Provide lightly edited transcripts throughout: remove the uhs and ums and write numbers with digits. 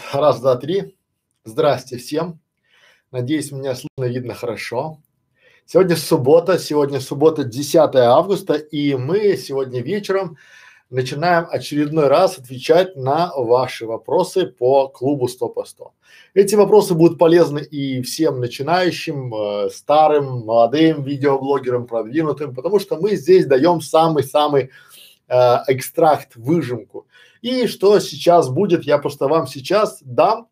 Раз, два, три. Здрасте всем. Надеюсь, меня слышно, видно хорошо. Сегодня суббота, 10 августа, и мы сегодня вечером начинаем очередной раз отвечать на ваши вопросы по клубу 100 по 100. Эти вопросы будут полезны и всем начинающим, старым, молодым видеоблогерам, продвинутым, потому что мы здесь даем самый-самый экстракт, выжимку. И что сейчас будет, я просто вам сейчас дам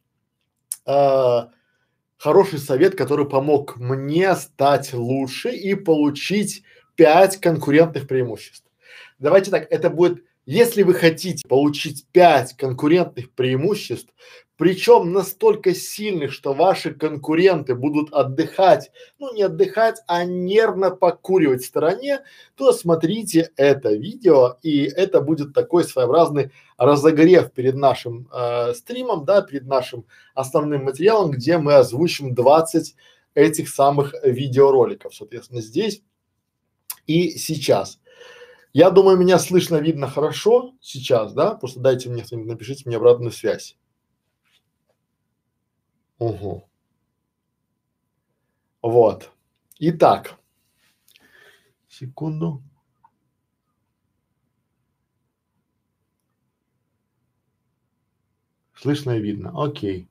хороший совет, который помог мне стать лучше и получить 5 конкурентных преимуществ. Давайте так, это будет, если вы хотите получить 5 конкурентных преимуществ, причем настолько сильных, что ваши конкуренты будут отдыхать, ну не отдыхать, а нервно покуривать в стороне, то смотрите это видео, и это будет такой своеобразный разогрев перед нашим стримом, да, перед нашим основным материалом, где мы озвучим 20 этих самых видеороликов, соответственно, здесь и сейчас. Я думаю, меня слышно, видно хорошо сейчас, да? Просто дайте мне, кто-нибудь напишите мне обратную связь. Угу. Вот. Итак, секунду. Слышно и видно. Окей.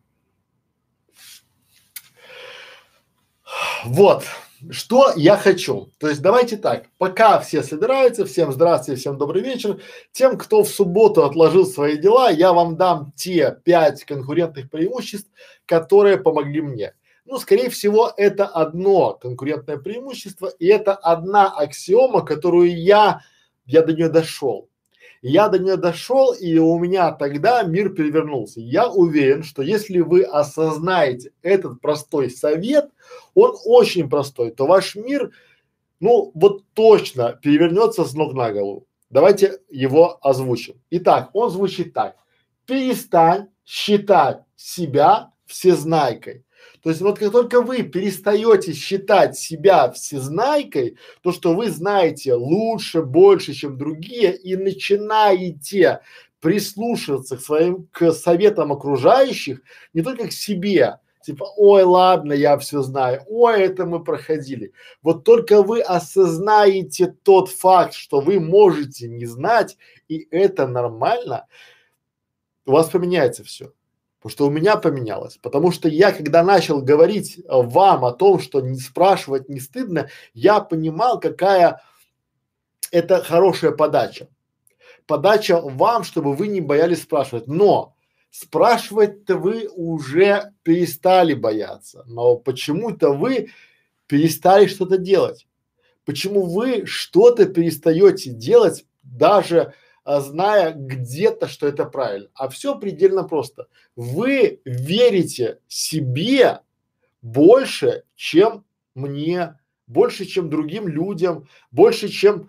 Вот. Что я хочу. То есть давайте так, пока все собираются, всем здравствуйте, всем добрый вечер. Тем, кто в субботу отложил свои дела, я вам дам те 5 конкурентных преимуществ, которые помогли мне. Ну, скорее всего, это одно конкурентное преимущество, и это одна аксиома, которую я до нее дошел. Я до нее дошел, и у меня тогда мир перевернулся. Я уверен, что если вы осознаете этот простой совет, он очень простой, то ваш мир, ну вот точно перевернется с ног на голову. Давайте его озвучим. Итак, он звучит так. Перестань считать себя всезнайкой. То есть вот как только вы перестаете считать себя всезнайкой, то, что вы знаете лучше, больше, чем другие, и начинаете прислушиваться к советам окружающих, не только к себе, типа, ой, ладно, я все знаю, ой, это мы проходили. Вот только вы осознаете тот факт, что вы можете не знать, и это нормально, у вас поменяется все. Потому что у меня поменялось. Потому что я, когда начал говорить вам о том, что не спрашивать не стыдно, я понимал, какая это хорошая подача. Подача вам, чтобы вы не боялись спрашивать. Но спрашивать-то вы уже перестали бояться. Но почему-то вы перестали что-то делать. Почему вы что-то перестаете делать, даже зная где-то, что это правильно? А все предельно просто. Вы верите себе больше, чем мне, больше, чем другим людям, больше, чем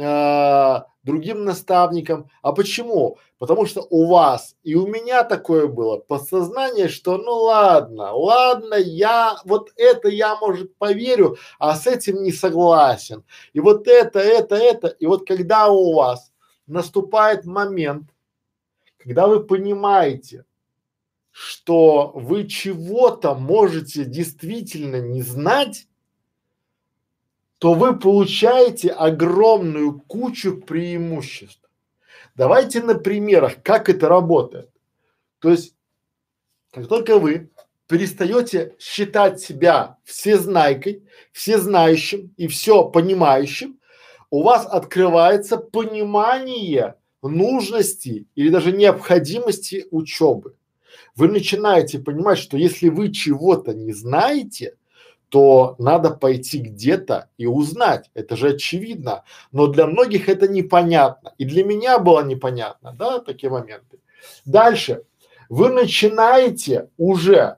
другим наставникам. А почему? Потому что у вас и у меня такое было подсознание, что ну ладно, я вот это я, может, поверю, а с этим не согласен. И вот это. И вот когда у вас наступает момент, когда вы понимаете, что вы чего-то можете действительно не знать, то вы получаете огромную кучу преимуществ. Давайте на примерах, как это работает. То есть, как только вы перестаете считать себя всезнайкой, всезнающим и все понимающим, у вас открывается понимание нужности или даже необходимости учебы. Вы начинаете понимать, что если вы чего-то не знаете, то надо пойти где-то и узнать. Это же очевидно. Но для многих это непонятно. И для меня было непонятно, да, такие моменты. Дальше. Вы начинаете уже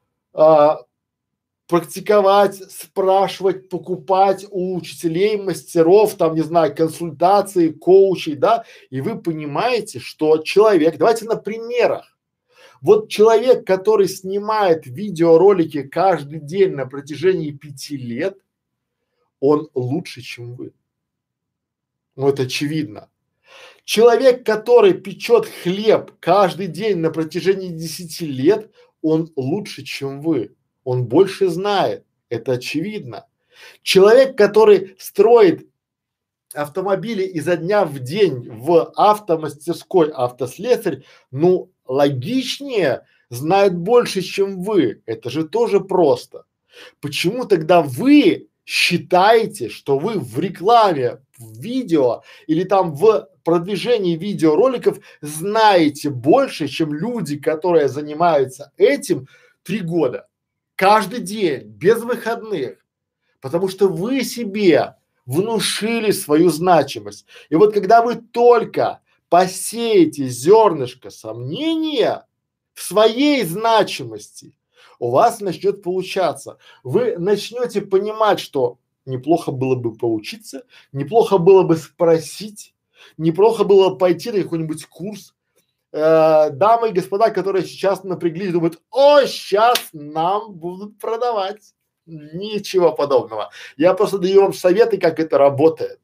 практиковать, спрашивать, покупать у учителей, мастеров, там, не знаю, консультации, коучей, да, и вы понимаете, что человек, давайте на примерах. Вот человек, который снимает видеоролики каждый день на протяжении 5 лет, он лучше, чем вы. Ну, это очевидно. Человек, который печет хлеб каждый день на протяжении 10 лет, он лучше, чем вы. Он больше знает. Это очевидно. Человек, который строит автомобили изо дня в день в автомастерской, автослесарь, ну, логичнее, знает больше, чем вы. Это же тоже просто. Почему тогда вы считаете, что вы в рекламе, в видео или там в продвижении видеороликов знаете больше, чем люди, которые занимаются этим 3 года? Каждый день, без выходных. Потому что вы себе внушили свою значимость. И вот когда вы только посеете зернышко сомнения в своей значимости, у вас начнет получаться. Вы начнете понимать, что неплохо было бы поучиться, неплохо было бы спросить, неплохо было бы пойти на какой-нибудь курс. Дамы и господа, которые сейчас напряглись, думают: о, сейчас нам будут продавать. Ничего подобного. Я просто даю вам советы, как это работает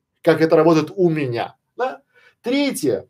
у меня. Да? Третье.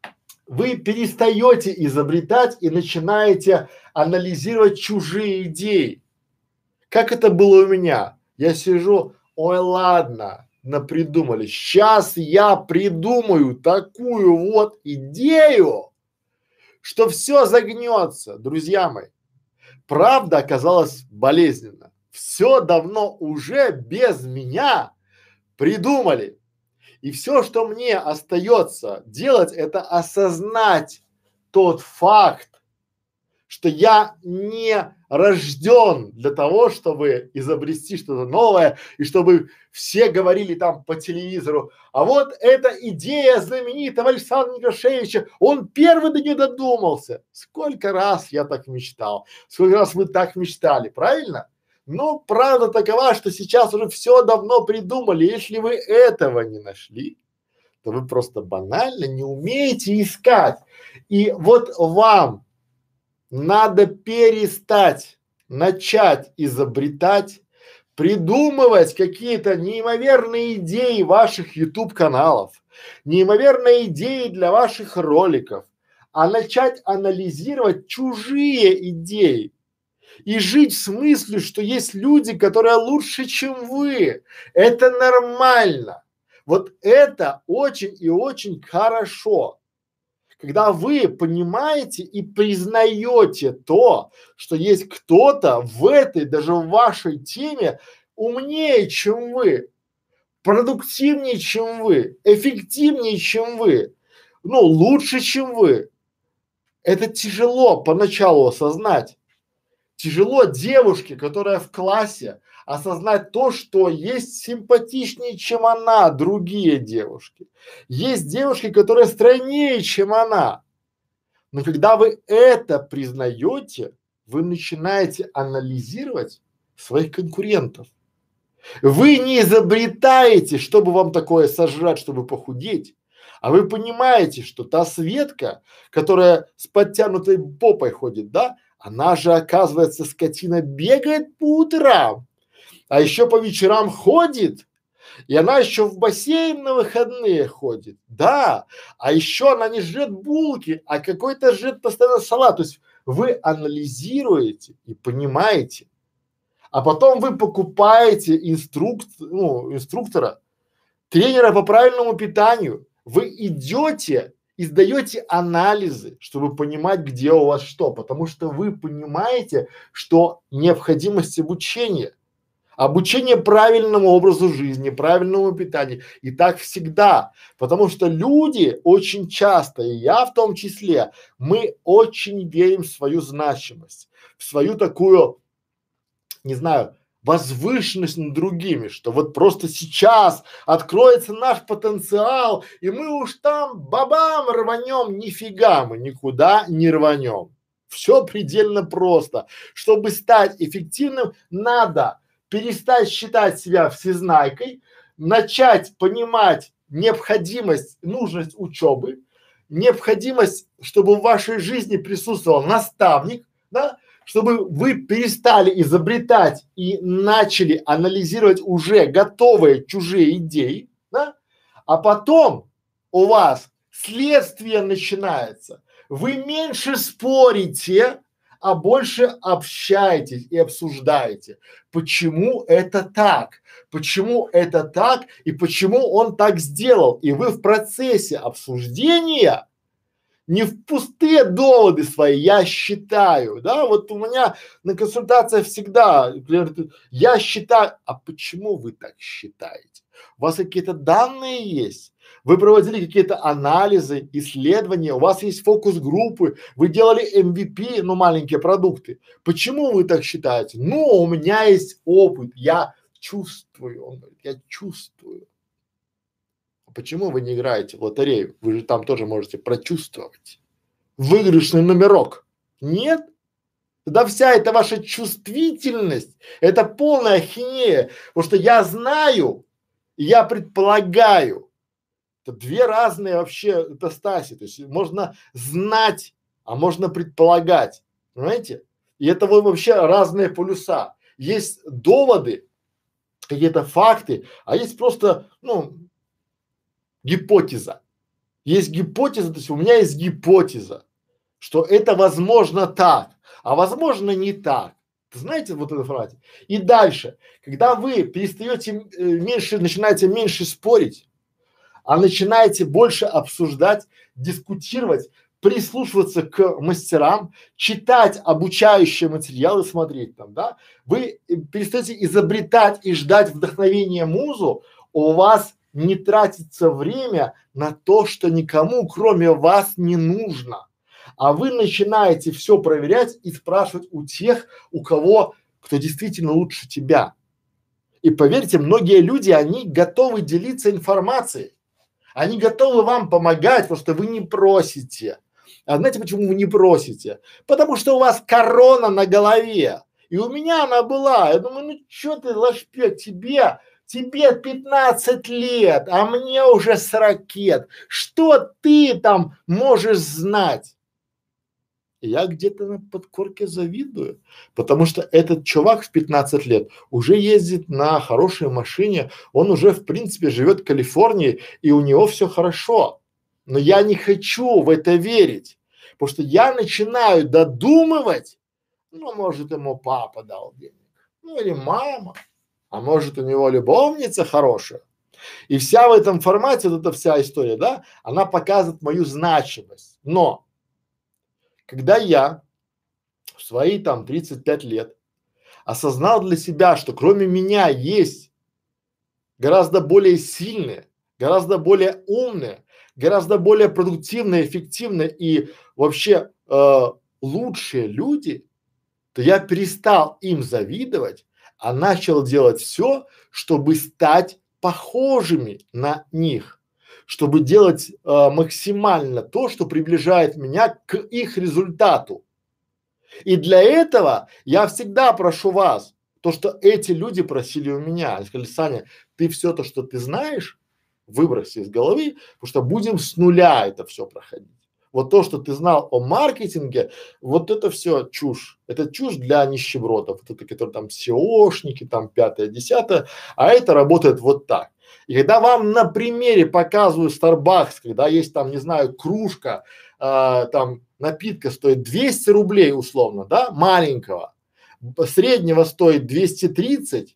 Вы перестаете изобретать и начинаете анализировать чужие идеи. Как это было у меня? Я сижу, ой, ладно, напридумали. Сейчас я придумаю такую вот идею, что все загнется, друзья мои. Правда оказалась болезненна. Все давно уже без меня придумали. И все, что мне остается делать, это осознать тот факт, что я не рожден для того, чтобы изобрести что-то новое и чтобы все говорили там по телевизору: а вот эта идея знаменитого Александра Некрашевича, он первый до нее додумался. Сколько раз я так мечтал, сколько раз вы так мечтали, правильно? Но правда такова, что сейчас уже все давно придумали. Если вы этого не нашли, то вы просто банально не умеете искать. И вот вам надо перестать, начать изобретать, придумывать какие-то неимоверные идеи ваших YouTube каналов, неимоверные идеи для ваших роликов, а начать анализировать чужие идеи и жить с мыслью, что есть люди, которые лучше, чем вы. Это нормально. Вот это очень и очень хорошо. Когда вы понимаете и признаете то, что есть кто-то в этой, даже в вашей теме умнее, чем вы, продуктивнее, чем вы, эффективнее, чем вы, ну, лучше, чем вы. Это тяжело поначалу осознать. Тяжело девушке, которая в классе, осознать то, что есть симпатичнее, чем она, другие девушки. Есть девушки, которые стройнее, чем она. Но когда вы это признаете, вы начинаете анализировать своих конкурентов. Вы не изобретаете, чтобы вам такое сожрать, чтобы похудеть, а вы понимаете, что та Светка, которая с подтянутой попой ходит, да, она же, оказывается, скотина, бегает по утрам, а еще по вечерам ходит, и она еще в бассейн на выходные ходит, да, а еще она не жрет булки, а какой-то жрет постоянно салат. То есть вы анализируете и понимаете, а потом вы покупаете инструктора, тренера по правильному питанию, вы идете и сдаете анализы, чтобы понимать, где у вас что, потому что вы понимаете, что необходимость обучения. Обучение правильному образу жизни, правильному питанию. И так всегда. Потому что люди очень часто, и я в том числе, мы очень верим в свою значимость, в свою такую, не знаю, возвышенность над другими, что вот просто сейчас откроется наш потенциал, и мы уж там бабам рванем, нифига мы никуда не рванем. Все предельно просто. Чтобы стать эффективным, надо перестать считать себя всезнайкой, начать понимать необходимость, нужность учебы, необходимость, чтобы в вашей жизни присутствовал наставник, да, чтобы вы перестали изобретать и начали анализировать уже готовые чужие идеи, да, а потом у вас Следствие начинается. Вы меньше спорите, а больше общаетесь и обсуждаете. Почему это так? Почему это так? И почему он так сделал? И вы в процессе обсуждения не в пустые доводы свои, я считаю, да, вот у меня на консультациях всегда, клиент, я считаю, а почему вы так считаете? У вас какие-то данные есть? Вы проводили какие-то анализы, исследования, у вас есть фокус-группы, вы делали MVP, ну маленькие продукты. Почему вы так считаете? Ну, у меня есть опыт, я чувствую, он говорит, я чувствую. Почему вы не играете в лотерею? Вы же там тоже можете прочувствовать выигрышный номерок. Нет? Тогда вся эта ваша чувствительность, это полная ахинея, потому что я знаю, и я предполагаю. Это две разные вообще ипостаси. То есть можно знать, а можно предполагать. Понимаете? И это вот вообще разные полюса. Есть доводы, какие-то факты, а есть просто, ну, гипотеза. Есть гипотеза, то есть у меня есть гипотеза, что это возможно так, а возможно не так. Знаете вот эту фразу? И дальше, когда вы перестаете меньше, начинаете меньше спорить, а начинаете больше обсуждать, дискутировать, прислушиваться к мастерам, читать обучающие материалы, смотреть там, да, вы перестаете изобретать и ждать вдохновения музу, у вас не тратится время на то, что никому кроме вас не нужно. А вы начинаете все проверять и спрашивать у тех, у кого, кто действительно лучше тебя. И поверьте, многие люди, они готовы делиться информацией. Они готовы вам помогать, потому что вы не просите. А знаете, почему вы не просите? Потому что у вас корона на голове. И у меня она была. Я думаю, ну что ты, лошпек, тебе 15 лет, а мне уже 40 лет. Что ты там можешь знать? И я где-то на подкорке завидую, потому что этот чувак в 15 лет уже ездит на хорошей машине, он уже в принципе живет в Калифорнии и у него все хорошо. Но я не хочу в это верить, потому что я начинаю додумывать, ну, может, ему папа дал денег, ну, или мама, а может, у него любовница хорошая. И вся в этом формате, вот эта вся история, да, она показывает мою значимость. Но когда я в свои там 35 лет осознал для себя, что кроме меня есть гораздо более сильные, гораздо более умные, гораздо более продуктивные, эффективные и вообще лучшие люди, то я перестал им завидовать, а начал делать все, чтобы стать похожими на них, чтобы делать максимально то, что приближает меня к их результату. И для этого я всегда прошу вас, то, что эти люди просили у меня. Они сказали, Саня, ты все то, что ты знаешь, выброси из головы, потому что будем с нуля это все проходить. Вот то, что ты знал о маркетинге, вот это все чушь. Это чушь для нищебродов. Вот это, которые там SEOшники, там пятое, десятое, а это работает вот так. И когда вам на примере показываю Starbucks, когда есть там, не знаю, кружка, там напитка стоит 200 рублей условно, да, маленького, среднего стоит 230,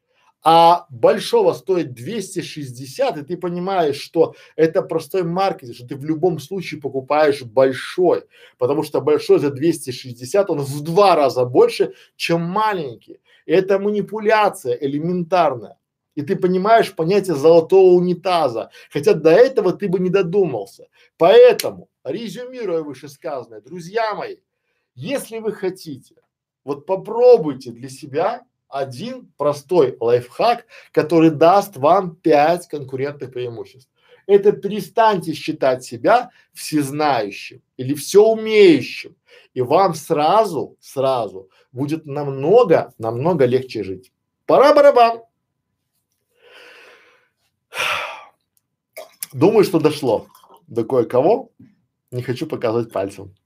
а большого стоит 260, и ты понимаешь, что это простой маркетинг, что ты в любом случае покупаешь большой, потому что большой за 260, он в 2 раза больше, чем маленький. И это манипуляция элементарная. И ты понимаешь понятие золотого унитаза, хотя до этого ты бы не додумался. Поэтому, резюмируя вышесказанное, друзья мои, если вы хотите, вот попробуйте для себя один простой лайфхак, который даст вам 5 конкурентных преимуществ. Это перестаньте считать себя всезнающим или все умеющим, и вам сразу будет намного легче жить. Пора барабан. Думаю, что дошло до кое-кого. Не хочу показывать пальцем.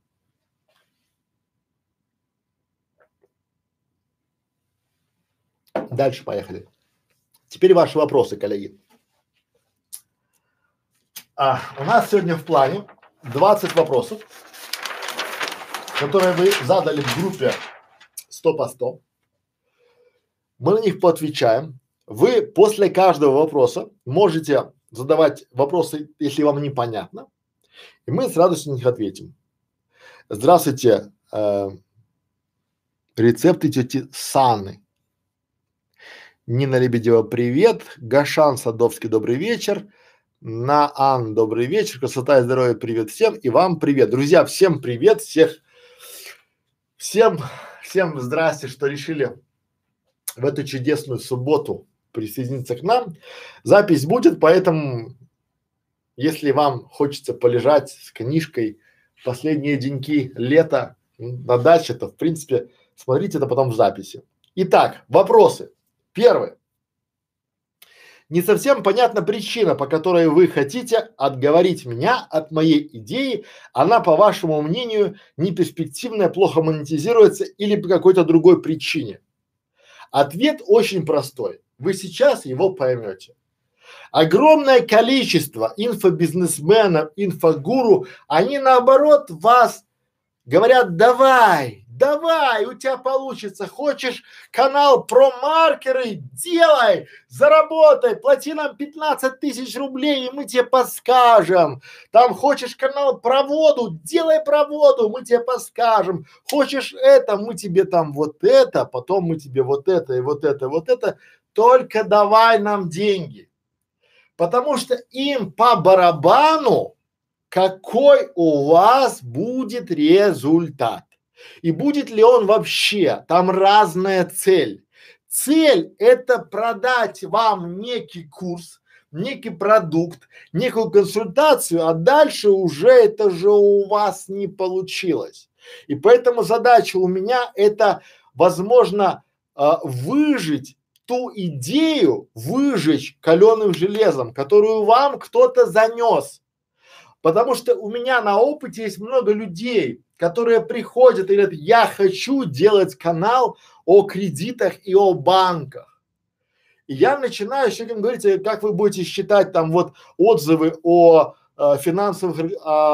Дальше поехали. Теперь ваши вопросы, коллеги. У нас сегодня в плане 20 вопросов, которые вы задали в группе 100 по 100. Мы на них поотвечаем. Вы после каждого вопроса можете задавать вопросы, если вам непонятно, и мы с радостью на них ответим. Здравствуйте, рецепты тети Саны. Нина Лебедева, привет. Гашан Садовский, добрый вечер. Наан, добрый вечер. Красота и здоровье, привет всем. И вам привет. Друзья, всем привет. Всем здрасте, что решили в эту чудесную субботу присоединиться к нам. Запись будет, поэтому, если вам хочется полежать с книжкой последние деньки лета на даче, то в принципе смотрите это потом в записи. Итак, вопросы. Первый. Не совсем понятна причина, по которой вы хотите отговорить меня от моей идеи. Она, по вашему мнению, неперспективная, плохо монетизируется или по какой-то другой причине? Ответ очень простой. Вы сейчас его поймете. Огромное количество инфобизнесменов, инфогуру, они наоборот вас говорят: давай, у тебя получится, хочешь канал про маркеры, делай, заработай, плати нам 15 тысяч рублей, и мы тебе подскажем. Там хочешь канал про воду, делай про воду, мы тебе подскажем. Хочешь это, мы тебе там вот это, потом мы тебе вот это и вот это, вот это. Только давай нам деньги. Потому что им по барабану, какой у вас будет результат. И будет ли он вообще, там разная цель. Цель – это продать вам некий курс, некий продукт, некую консультацию, а дальше уже это же у вас не получилось. И поэтому задача у меня – это, возможно, выжить ту идею, выжечь каленым железом, которую вам кто-то занес. Потому что у меня на опыте есть много людей, которые приходят и говорят: я хочу делать канал о кредитах и о банках. И я начинаю с человеком говорить: как вы будете считать там вот отзывы о финансовых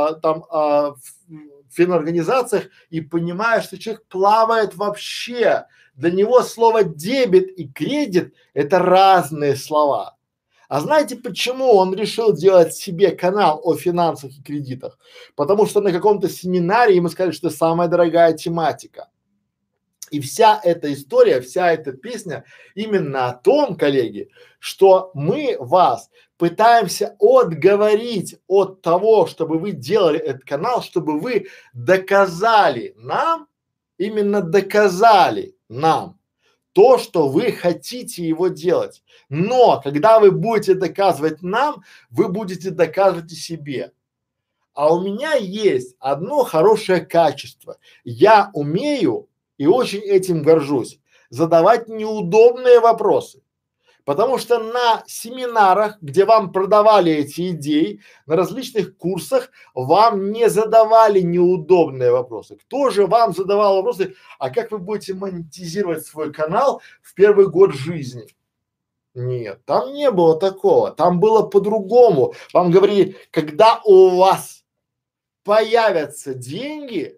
финорганизациях, и понимаю, что человек плавает вообще. Для него слово дебет и кредит – это разные слова. А знаете, почему он решил делать себе канал о финансах и кредитах? Потому что на каком-то семинаре ему сказали, что это самая дорогая тематика. И вся эта история, вся эта песня именно о том, коллеги, что мы вас пытаемся отговорить от того, чтобы вы делали этот канал, чтобы вы доказали нам, именно доказали нам то, что вы хотите его делать. Но когда вы будете доказывать нам, вы будете доказывать и себе. А у меня есть одно хорошее качество. Я умею, и очень этим горжусь, задавать неудобные вопросы. Потому что на семинарах, где вам продавали эти идеи, на различных курсах вам не задавали неудобные вопросы. Кто же вам задавал вопросы: а как вы будете монетизировать свой канал в первый год жизни? Нет, там не было такого, там было по-другому. Вам говорили: когда у вас появятся деньги,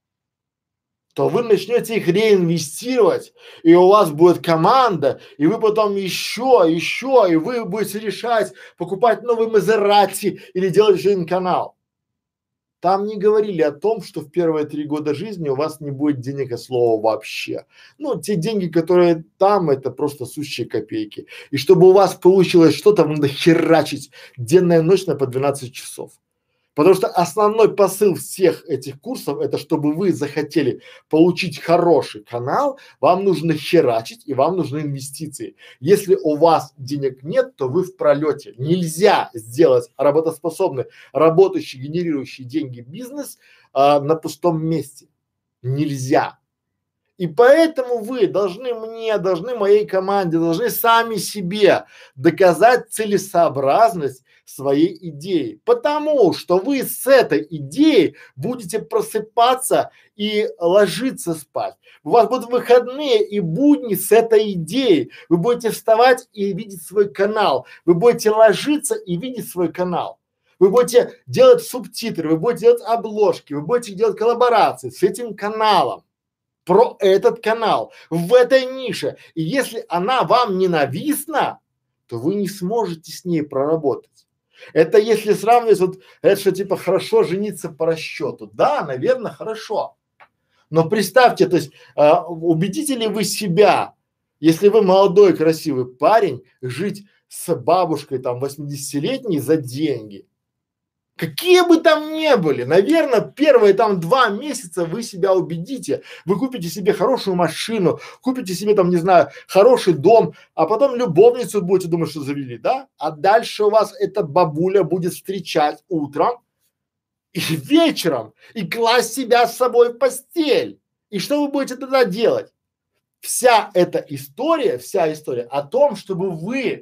то вы начнете их реинвестировать, и у вас будет команда, и вы потом еще, и вы будете решать, покупать новый Мазерати или делать еще один канал. Там не говорили о том, что в первые 3 года жизни у вас не будет денег от слова вообще. Ну, те деньги, которые там, это просто сущие копейки. И чтобы у вас получилось что-то, надо херачить денно и ночно по 12 часов. Потому что основной посыл всех этих курсов – это чтобы вы захотели получить хороший канал, вам нужно херачить и вам нужны инвестиции. Если у вас денег нет, то вы в пролете. Нельзя сделать работоспособный, работающий, генерирующий деньги бизнес на пустом месте. Нельзя. И поэтому вы должны мне, должны моей команде, должны сами себе доказать целесообразность своей идеи. Потому что вы с этой идеей будете просыпаться и ложиться спать. У вас будут выходные и будни с этой идеей. Вы будете вставать и видеть свой канал. Вы будете ложиться и видеть свой канал. вы будете делать субтитры, вы будете делать обложки, вы будете делать коллаборации с этим каналом, про этот канал, в этой нише. И если она вам ненавистна, то вы не сможете с ней проработать. Это если сравнивать, вот это что типа хорошо жениться по расчету. Да, наверное, хорошо. Но представьте, то есть убедите ли вы себя, если вы молодой красивый парень, жить с бабушкой там 80-летней за деньги? Какие бы там ни были, наверное, первые там 2 месяца вы себя убедите, вы купите себе хорошую машину, купите себе там, не знаю, хороший дом, а потом любовницу будете думать, что завели, да? А дальше у вас эта бабуля будет встречать утром и вечером и класть себя с собой в постель. И что вы будете тогда делать? Вся история о том, чтобы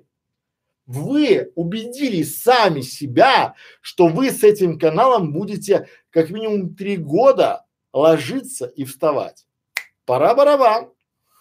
вы убедились сами себя, что вы с этим каналом будете как минимум 3 года ложиться и вставать. Пора барабан.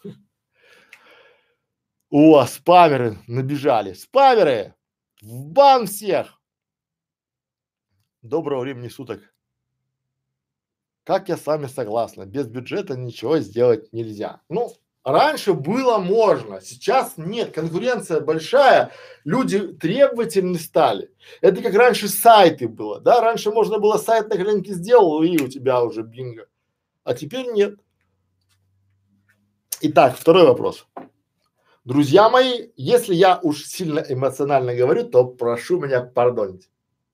О, спамеры набежали. Спамеры! В бан всех! Доброго времени суток. Как я с вами согласна, без бюджета ничего сделать нельзя. Ну, раньше было можно, сейчас нет, конкуренция большая, люди требовательны стали. Это как раньше сайты было, да, раньше можно было сайт на коленке сделал и у тебя уже бинго, а теперь нет. Итак, второй вопрос. Друзья мои, если я уж сильно эмоционально говорю, то прошу меня пардонить.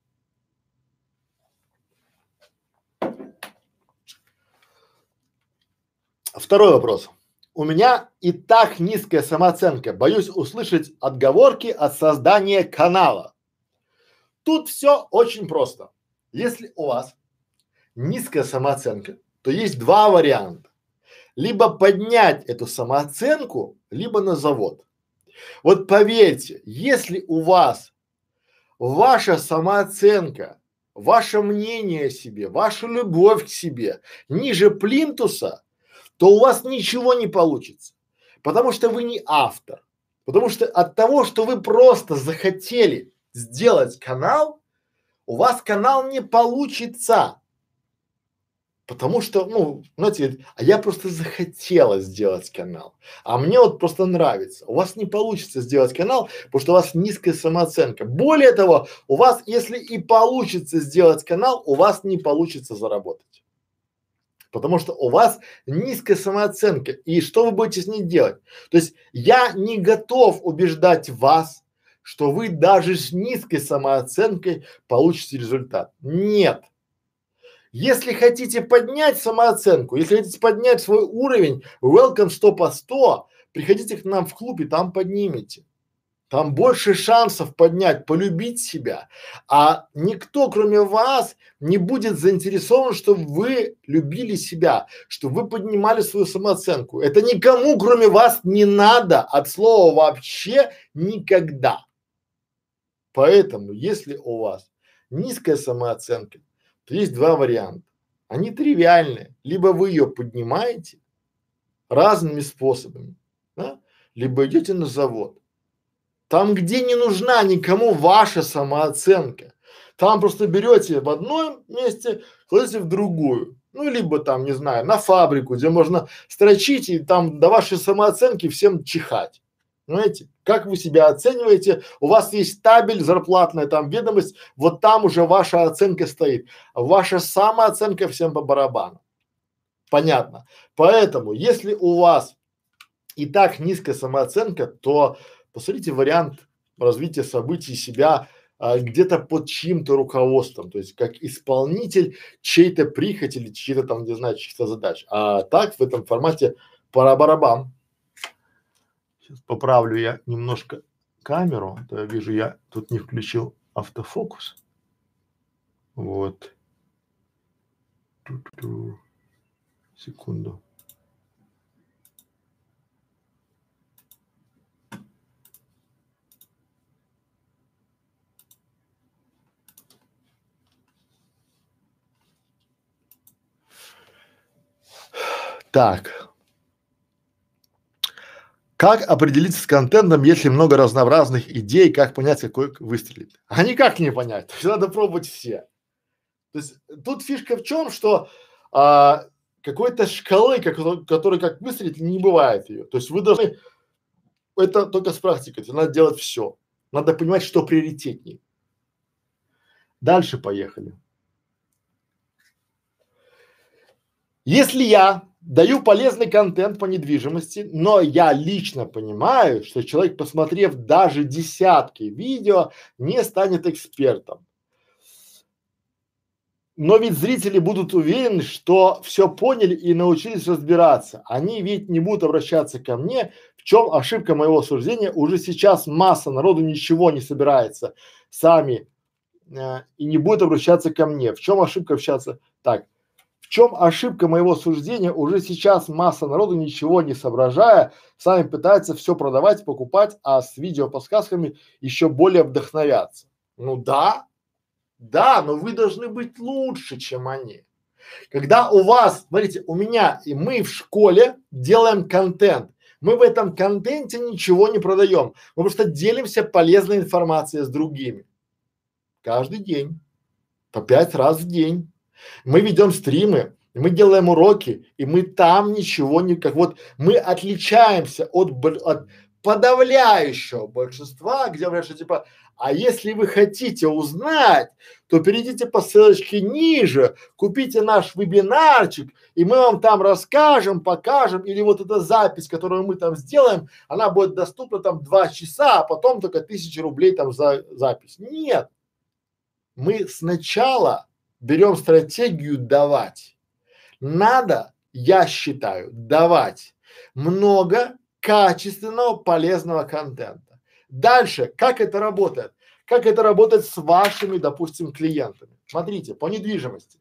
Второй вопрос. У меня и так низкая самооценка, боюсь услышать отговорки от создания канала. Тут все очень просто. Если у вас низкая самооценка, то есть 2 варианта. Либо поднять эту самооценку, либо на завод. Вот поверьте, если у вас ваша самооценка, ваше мнение о себе, ваша любовь к себе ниже плинтуса, то у вас ничего не получится, потому что вы не автор, потому что от того, что вы просто захотели сделать канал, у вас канал не получится, потому что, ну, знаете, а я просто захотела сделать канал, а мне вот просто нравится. У вас не получится сделать канал, потому что у вас низкая самооценка. Более того, у вас, если и получится сделать канал, у вас не получится заработать. Потому что у вас низкая самооценка. И что вы будете с ней делать? То есть я не готов убеждать вас, что вы даже с низкой самооценкой получите результат. Нет. Если хотите поднять самооценку, если хотите поднять свой уровень, welcome 100 по 100, приходите к нам в клуб и там поднимете. Там больше шансов поднять, полюбить себя, а никто, кроме вас, не будет заинтересован, чтобы вы любили себя, чтобы вы поднимали свою самооценку. Это никому, кроме вас, не надо от слова вообще никогда. Поэтому, если у вас низкая самооценка, то есть 2 варианта. Они тривиальные. Либо вы ее поднимаете разными способами, да? Либо идете на завод. Там, где не нужна никому ваша самооценка, там просто берете в одном месте, кладете в другую. Ну, либо там, не знаю, на фабрику, где можно строчить и там до вашей самооценки всем чихать. Понимаете? Как вы себя оцениваете? У вас есть табель зарплатная, там ведомость, вот там уже ваша оценка стоит. Ваша самооценка всем по барабану. Понятно. Поэтому, если у вас и так низкая самооценка, то посмотрите вариант развития событий себя где-то под чьим-то руководством, то есть как исполнитель чьей-то прихоти или чьей-то там, не знаю, чьих-то задач. А так в этом формате пара-барабан. Сейчас поправлю я немножко камеру, а то я вижу, я тут не включил автофокус. Вот. Ту-ту-ту. Секунду. Так. Как определиться с контентом, если много разнообразных идей, как понять, какой выстрелит? А никак не понять, то есть надо пробовать все. То есть тут фишка в чем, что какой-то шкалы, которой как выстрелить, не бывает ее. То есть вы должны, это только с практикой, это надо делать все. Надо понимать, что приоритетнее. Дальше поехали. Если я даю полезный контент по недвижимости, но я лично понимаю, что человек, посмотрев даже десятки видео, не станет экспертом. Но ведь зрители будут уверены, что все поняли и научились разбираться. Они ведь не будут обращаться ко мне. В чем ошибка моего суждения? Уже сейчас масса народу ничего не собирается сами и не будет обращаться ко мне. В чем ошибка общаться? Так. В чем ошибка моего суждения? Уже сейчас масса народу, ничего не соображая, сами пытается все продавать, покупать, а с видеоподсказками еще более вдохновятся. Ну да, да, но вы должны быть лучше, чем они. Когда у вас, смотрите, у меня и мы в школе делаем контент. Мы в этом контенте ничего не продаем. Мы просто делимся полезной информацией с другими. Каждый день. По 5 раз в день. Мы ведем стримы, мы делаем уроки, и мы там ничего не, как вот мы отличаемся от подавляющего большинства, где говорят, что типа, а если вы хотите узнать, то перейдите по ссылочке ниже, купите наш вебинарчик, и мы вам там расскажем, покажем, или вот эта запись, которую мы там сделаем, она будет доступна там 2 часа, а потом только 1000 рублей там за запись. Нет, мы сначала берем стратегию давать. Надо, я считаю, давать много качественного, полезного контента. Дальше, как это работает? Как это работает с вашими, допустим, клиентами? Смотрите, по недвижимости.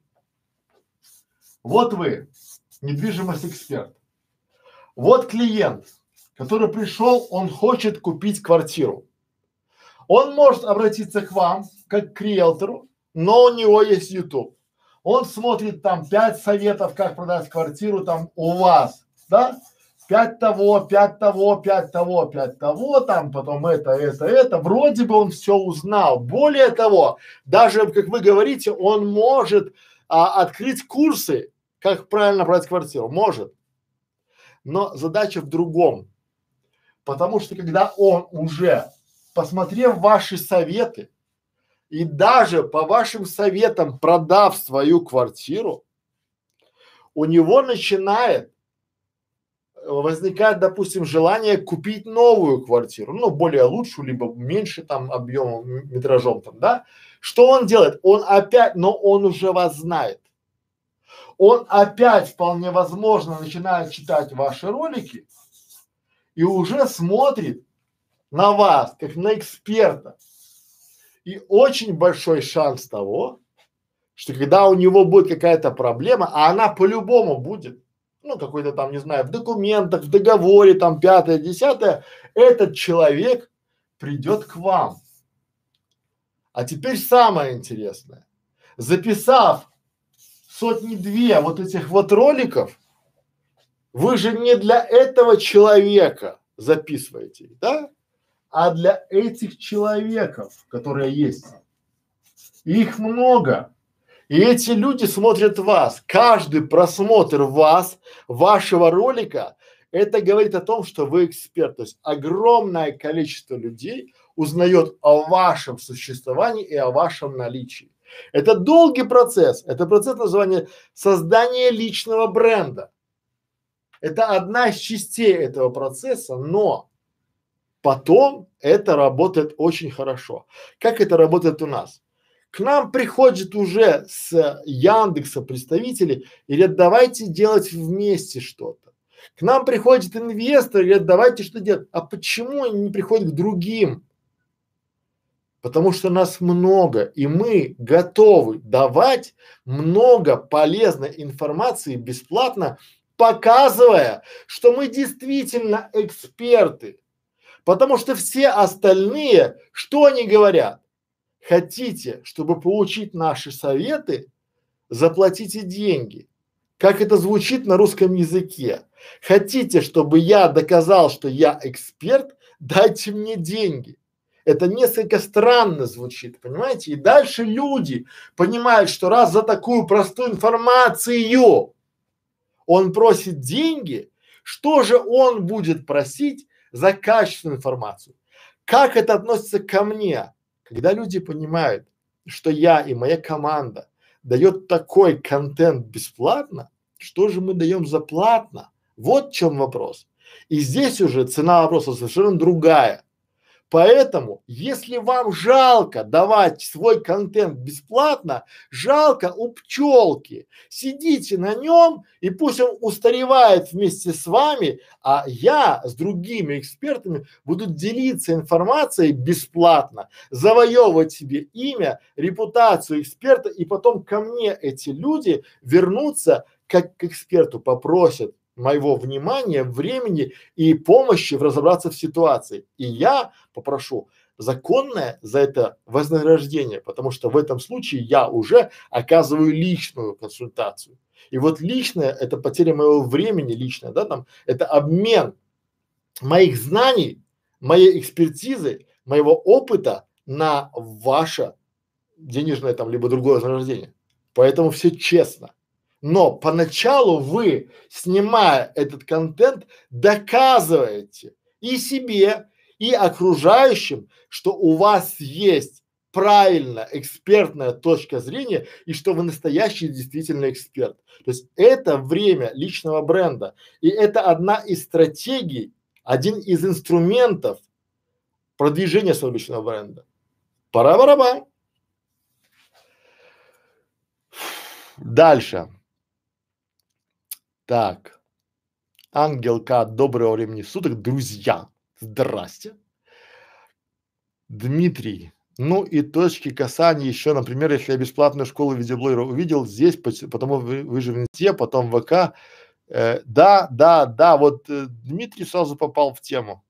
Вот вы, недвижимость эксперт. Вот клиент, который пришел, он хочет купить квартиру. Он может обратиться к вам, как к риэлтору, но у него есть YouTube. Он смотрит там 5 советов, как продать квартиру там у вас, да? 5 того, 5 того, 5 того, 5 того, там потом это. Вроде бы он все узнал. Более того, даже, как вы говорите, он может открыть курсы, как правильно продать квартиру. Может. Но задача в другом. Потому что когда он уже, посмотрев ваши советы, и даже по вашим советам продав свою квартиру, у него начинает возникать, допустим, желание купить новую квартиру, ну, более лучшую, либо меньше там объемом, метражом там, да? Что он делает? Он опять, но он уже вас знает. Он опять вполне возможно начинает читать ваши ролики и уже смотрит на вас, как на эксперта. И очень большой шанс того, что когда у него будет какая-то проблема, а она по-любому будет, ну, какой-то там, не знаю, в документах, в договоре, там, 5-е, 10-е, этот человек придет к вам. А теперь самое интересное. Записав сотни-две вот этих вот роликов, вы же не для этого человека записываете, да? А для этих человеков, которые есть. Их много. И эти люди смотрят вас. Каждый просмотр вас, вашего ролика, это говорит о том, что вы эксперт. То есть огромное количество людей узнает о вашем существовании и о вашем наличии. Это долгий процесс. Это процесс называния создания личного бренда. Это одна из частей этого процесса, но потом это работает очень хорошо. Как это работает у нас? К нам приходят уже с Яндекса представители и говорят, давайте делать вместе что-то. К нам приходят инвесторы и говорят, давайте что делать. А почему они не приходят к другим? Потому что нас много, и мы готовы давать много полезной информации бесплатно, показывая, что мы действительно эксперты. Потому что все остальные, что они говорят? Хотите, чтобы получить наши советы, заплатите деньги. как это звучит на русском языке. Хотите, чтобы я доказал, что я эксперт, дайте мне деньги. Это несколько странно звучит, понимаете? И дальше люди понимают, что раз за такую простую информацию он просит деньги, что же он будет просить за качественную информацию? Как это относится ко мне? Когда люди понимают, что я и моя команда дает такой контент бесплатно, что же мы даем за платно? Вот в чем вопрос. И здесь уже цена вопроса совершенно другая. Поэтому, если вам жалко давать свой контент бесплатно, жалко у пчелки. Сидите на нем, и пусть он устаревает вместе с вами, а я с другими экспертами буду делиться информацией бесплатно, завоевывать себе имя, репутацию эксперта, и потом ко мне эти люди вернутся как к эксперту, попросят моего внимания, времени и помощи в разобраться в ситуации. И я попрошу законное за это вознаграждение, потому что в этом случае я уже оказываю личную консультацию. И вот личное – это потеря моего времени, личное, да, там, это обмен моих знаний, моей экспертизы, моего опыта на ваше денежное там либо другое вознаграждение. Поэтому все честно. Но поначалу вы, снимая этот контент, доказываете и себе, и окружающим, что у вас есть правильно экспертная точка зрения и что вы настоящий действительно эксперт. То есть это время личного бренда. И это одна из стратегий, один из инструментов продвижения своего личного бренда. Пора-бараба. Дальше. Так. Ангелка, доброго времени суток, друзья. Здрасте. Дмитрий. Ну и точки касания еще, например, если я бесплатную школу видеоблогера увидел здесь, потому вы же в инсте, потом в ВК. Да, вот Дмитрий сразу попал в тему.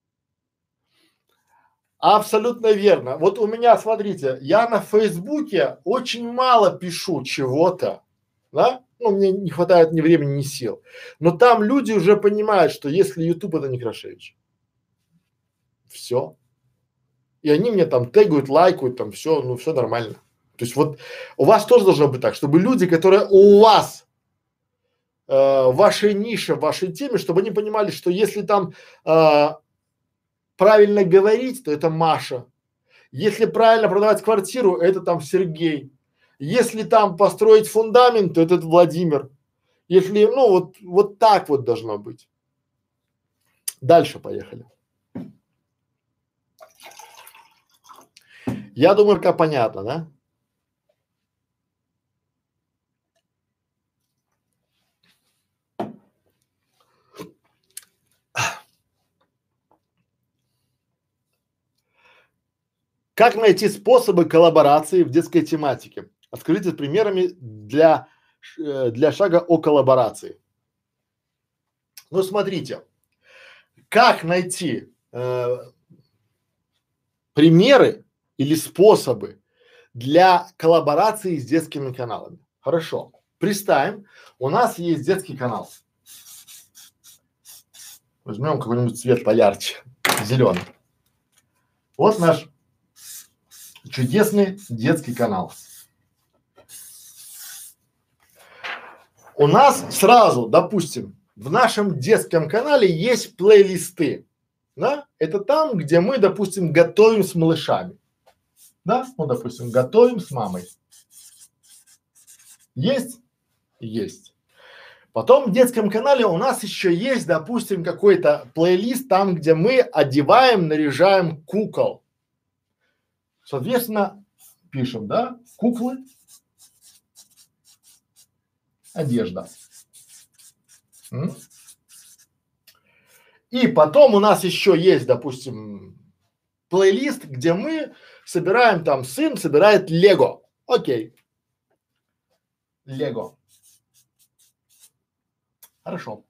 Абсолютно верно. Вот у меня, смотрите, я на Фейсбуке очень мало пишу чего-то, да? Ну, мне не хватает ни времени, ни сил. Но там люди уже понимают, что если YouTube это Некрашевич, все. И они мне там тегают, лайкают, там все, ну все нормально. То есть вот у вас тоже должно быть так, чтобы люди, которые у вас в вашей нише, в вашей теме, чтобы они понимали, что если там правильно говорить, то это Маша. Если правильно продавать квартиру, это там Сергей. Если там построить фундамент, то это Владимир. Если, ну вот так вот должно быть. Дальше поехали. Я думаю, пока понятно, да? Как найти способы коллаборации в детской тематике? Открытие с примерами для шага о коллаборации. Ну, смотрите, как найти примеры или способы для коллаборации с детскими каналами? Хорошо. Представим, у нас есть детский канал. Возьмем какой-нибудь цвет поярче, зеленый. Вот наш чудесный детский канал. У нас сразу, допустим, в нашем детском канале есть плейлисты, да? Это там, где мы, допустим, готовим с малышами, да? Ну, допустим, готовим с мамой. Есть? Есть. Потом в детском канале у нас еще есть, допустим, какой-то плейлист там, где мы одеваем, наряжаем кукол. Соответственно, пишем, да, куклы, одежда. И потом у нас еще есть, допустим, плейлист, где мы собираем, там сын собирает Лего. Окей. Лего. Хорошо.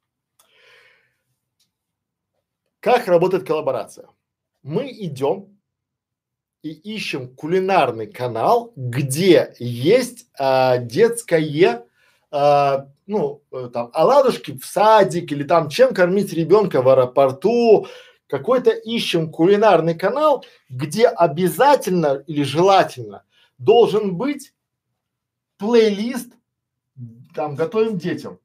Как работает коллаборация? Мы идем и ищем кулинарный канал, где есть детское там оладушки в садик или там чем кормить ребенка в аэропорту, какой-то ищем кулинарный канал, где обязательно или желательно должен быть плейлист, там готовим детям.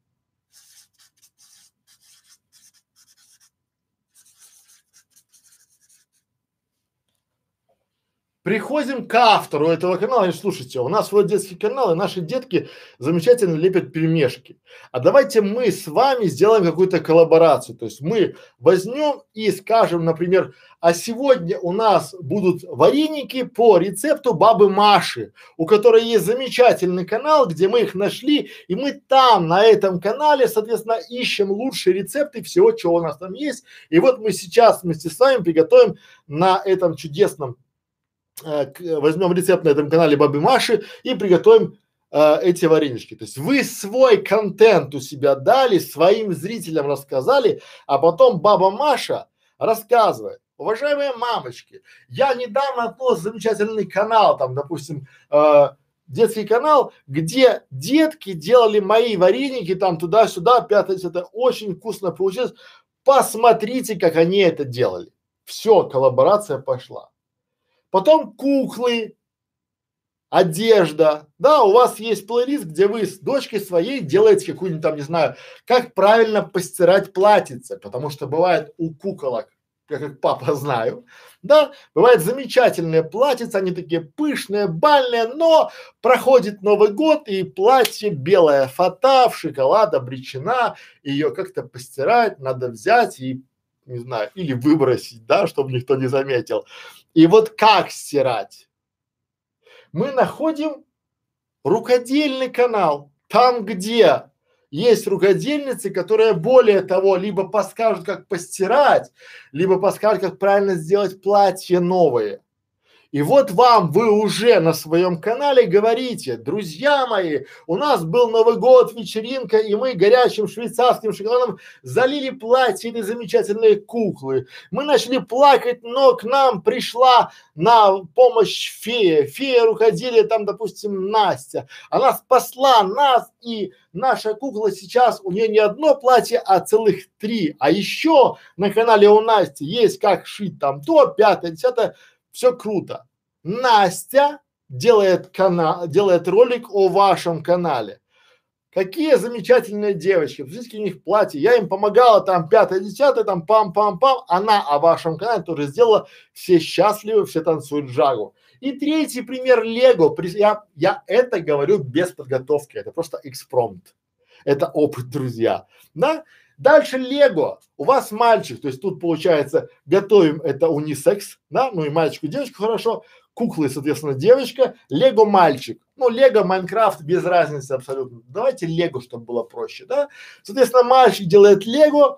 Приходим к автору этого канала и слушайте, у нас вот детский канал, и наши детки замечательно лепят пельмешки. А давайте мы с вами сделаем какую-то коллаборацию. То есть мы возьмем и скажем, например, а сегодня у нас будут вареники по рецепту бабы Маши, у которой есть замечательный канал, где мы их нашли, и мы там, на этом канале, соответственно, ищем лучшие рецепты всего, чего у нас там есть. И вот мы сейчас вместе с вами приготовим на этом чудесном возьмем рецепт на этом канале бабы Маши и приготовим эти варенички. То есть вы свой контент у себя дали, своим зрителям рассказали, а потом баба Маша рассказывает. Уважаемые мамочки, я недавно открыл замечательный канал, там, допустим, детский канал, где детки делали мои вареники, там, туда-сюда, пятое, это очень вкусно получилось. Посмотрите, как они это делали. Все, коллаборация пошла. Потом куклы, одежда, да, у вас есть плейлист, где вы с дочкой своей делаете какую-нибудь там, не знаю, как правильно постирать платьице, потому что бывает у куколок, я как папа знаю, да, бывает замечательные платьица, они такие пышные, бальные, но проходит Новый год и платье белая фата в шоколад обречена, ее как-то постирать, надо взять и, не знаю, или выбросить, да, чтобы никто не заметил. И вот как стирать? Мы находим рукодельный канал, там, где есть рукодельницы, которые более того, либо подскажут, как постирать, либо подскажут, как правильно сделать платье новое. И вот вам, вы уже на своем канале говорите, друзья мои, у нас был Новый год, вечеринка, и мы горячим швейцарским шоколадом залили платье этой замечательной куклы. Мы начали плакать, но к нам пришла на помощь фея. Фея рукоделия, там, допустим, Настя. Она спасла нас, и наша кукла сейчас, у нее не одно платье, а целых 3. А еще на канале у Насти есть как шить там то, 5, 10. Все круто. Настя делает делает ролик о вашем канале. Какие замечательные девочки, посмотрите, у них платье, я им помогала там 5, 10, там пам-пам-пам, она о вашем канале тоже сделала, все счастливы, все танцуют джагу. И третий пример Лего, я это говорю без подготовки, это просто экспромт, это опыт, друзья, да? Дальше Лего. У вас мальчик, то есть тут получается готовим это унисекс, да, ну и мальчику, и девочку хорошо, куклы, соответственно, девочка, Лего мальчик. Ну, Лего, Майнкрафт, без разницы абсолютно. Давайте Лего, чтобы было проще, да. Соответственно, мальчик делает Лего,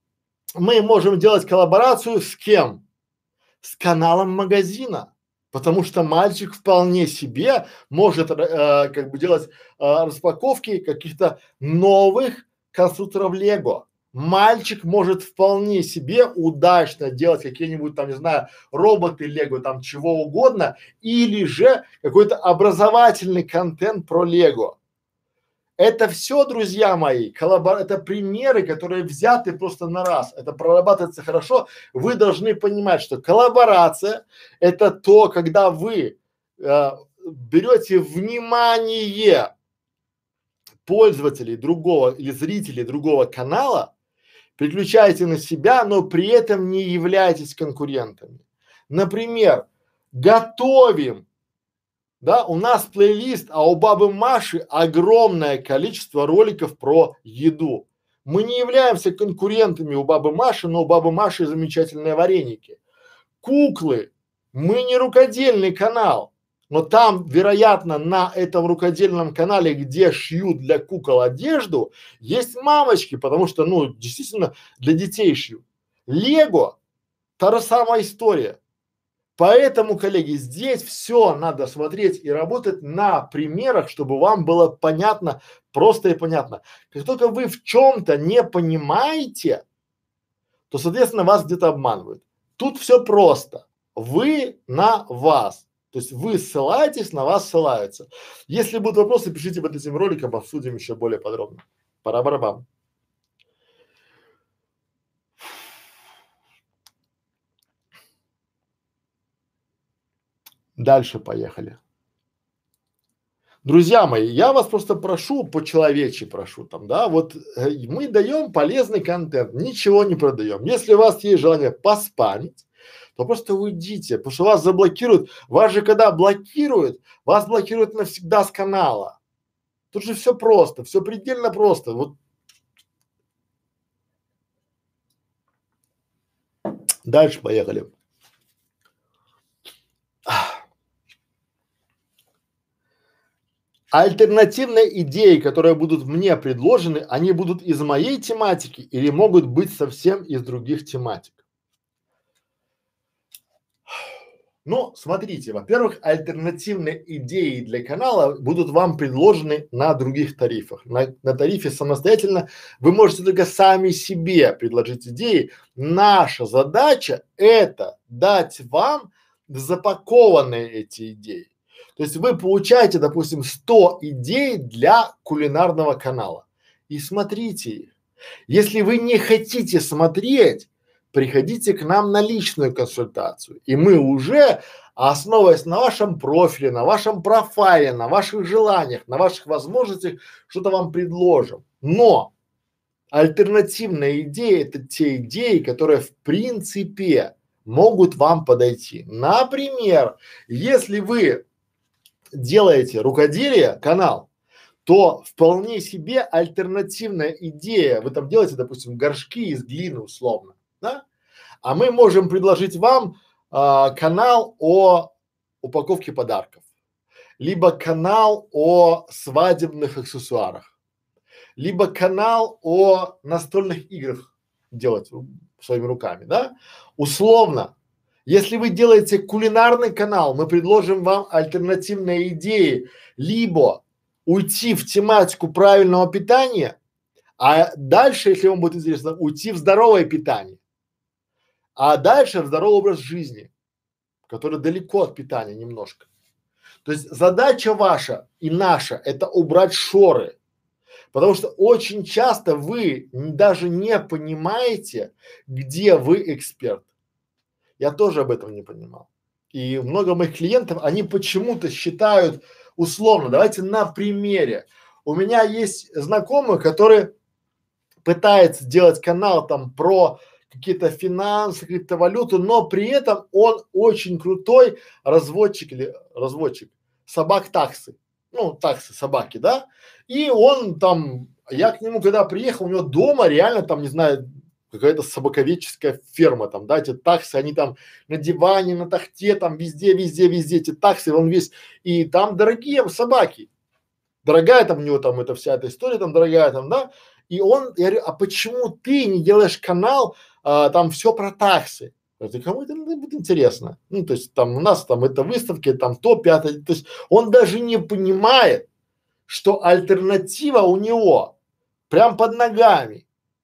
мы можем делать коллаборацию с кем? С каналом магазина. Потому что мальчик вполне себе может как бы делать распаковки каких-то новых конструкторов Лего. Мальчик может вполне себе удачно делать какие-нибудь там, не знаю, роботы Лего, там чего угодно, или же какой-то образовательный контент про Лего. Это все, друзья мои, это примеры, которые взяты просто на раз. Это прорабатывается хорошо. Вы должны понимать, что коллаборация – это то, когда вы берете внимание пользователей другого или зрителей другого канала, переключаете на себя, но при этом не являетесь конкурентами. Например, готовим. Да, у нас плейлист, а у бабы Маши огромное количество роликов про еду. Мы не являемся конкурентами у бабы Маши, но у бабы Маши замечательные вареники. Куклы. Мы не рукодельный канал, но там, вероятно, на этом рукодельном канале, где шьют для кукол одежду, есть мамочки, потому что, ну, действительно, для детей шьют. Лего – та же самая история. Поэтому, коллеги, здесь все надо смотреть и работать на примерах, чтобы вам было понятно, просто и понятно. Как только вы в чем-то не понимаете, то, соответственно, вас где-то обманывают. Тут все просто. Вы на вас. То есть вы ссылаетесь, на вас ссылаются. Если будут вопросы, пишите под этим роликом, обсудим еще более подробно. Пора-барабам. Дальше поехали. Друзья мои, я вас просто прошу, по-человечьи прошу там, да, вот мы даем полезный контент, ничего не продаем. Если у вас есть желание поспамить, то просто уйдите, потому что вас заблокируют. Вас же когда блокируют, вас блокируют навсегда с канала. Тут же все просто, все предельно просто. Вот дальше поехали. Альтернативные идеи, которые будут мне предложены, они будут из моей тематики или могут быть совсем из других тематик. Ну, смотрите, во-первых, альтернативные идеи для канала будут вам предложены на других тарифах. На тарифе самостоятельно вы можете только сами себе предложить идеи. Наша задача это дать вам запакованные эти идеи. То есть вы получаете, допустим, 100 идей для кулинарного канала и смотрите их. Если вы не хотите смотреть, приходите к нам на личную консультацию, и мы уже, основываясь на вашем профиле, на вашем профайле, на ваших желаниях, на ваших возможностях, что-то вам предложим. Но альтернативные идеи – это те идеи, которые в принципе могут вам подойти. Например, если вы делаете рукоделие, канал, то вполне себе альтернативная идея. Вы там делаете, допустим, горшки из глины условно, да? А мы можем предложить вам канал о упаковке подарков, либо канал о свадебных аксессуарах, либо канал о настольных играх делать своими руками, да? Условно. Если вы делаете кулинарный канал, мы предложим вам альтернативные идеи, либо уйти в тематику правильного питания, а дальше, если вам будет интересно, уйти в здоровое питание, а дальше в здоровый образ жизни, который далеко от питания немножко. То есть задача ваша и наша – это убрать шоры, потому что очень часто вы даже не понимаете, где вы эксперт. Я тоже об этом не понимал. И много моих клиентов, они почему-то считают условно, давайте на примере. У меня есть знакомый, который пытается сделать канал там про какие-то финансы, криптовалюту, но при этом он очень крутой разводчик или разводчик собак таксы. Ну, таксы, собаки, да? И он там, я к нему когда приехал, у него дома реально там, не знаю, какая-то собаковедческая ферма там, да, эти таксы, они там на диване, на тахте, там везде, везде, везде эти таксы, он весь, и там дорогие собаки, дорогая там у него там эта вся эта история там дорогая там, да, и он, я говорю, а почему ты не делаешь канал, там все про таксы? Я говорю, кому это будет интересно? Ну, то есть там у нас там это выставки, там то, пятое, то есть он даже не понимает, что альтернатива у него прям под ногами.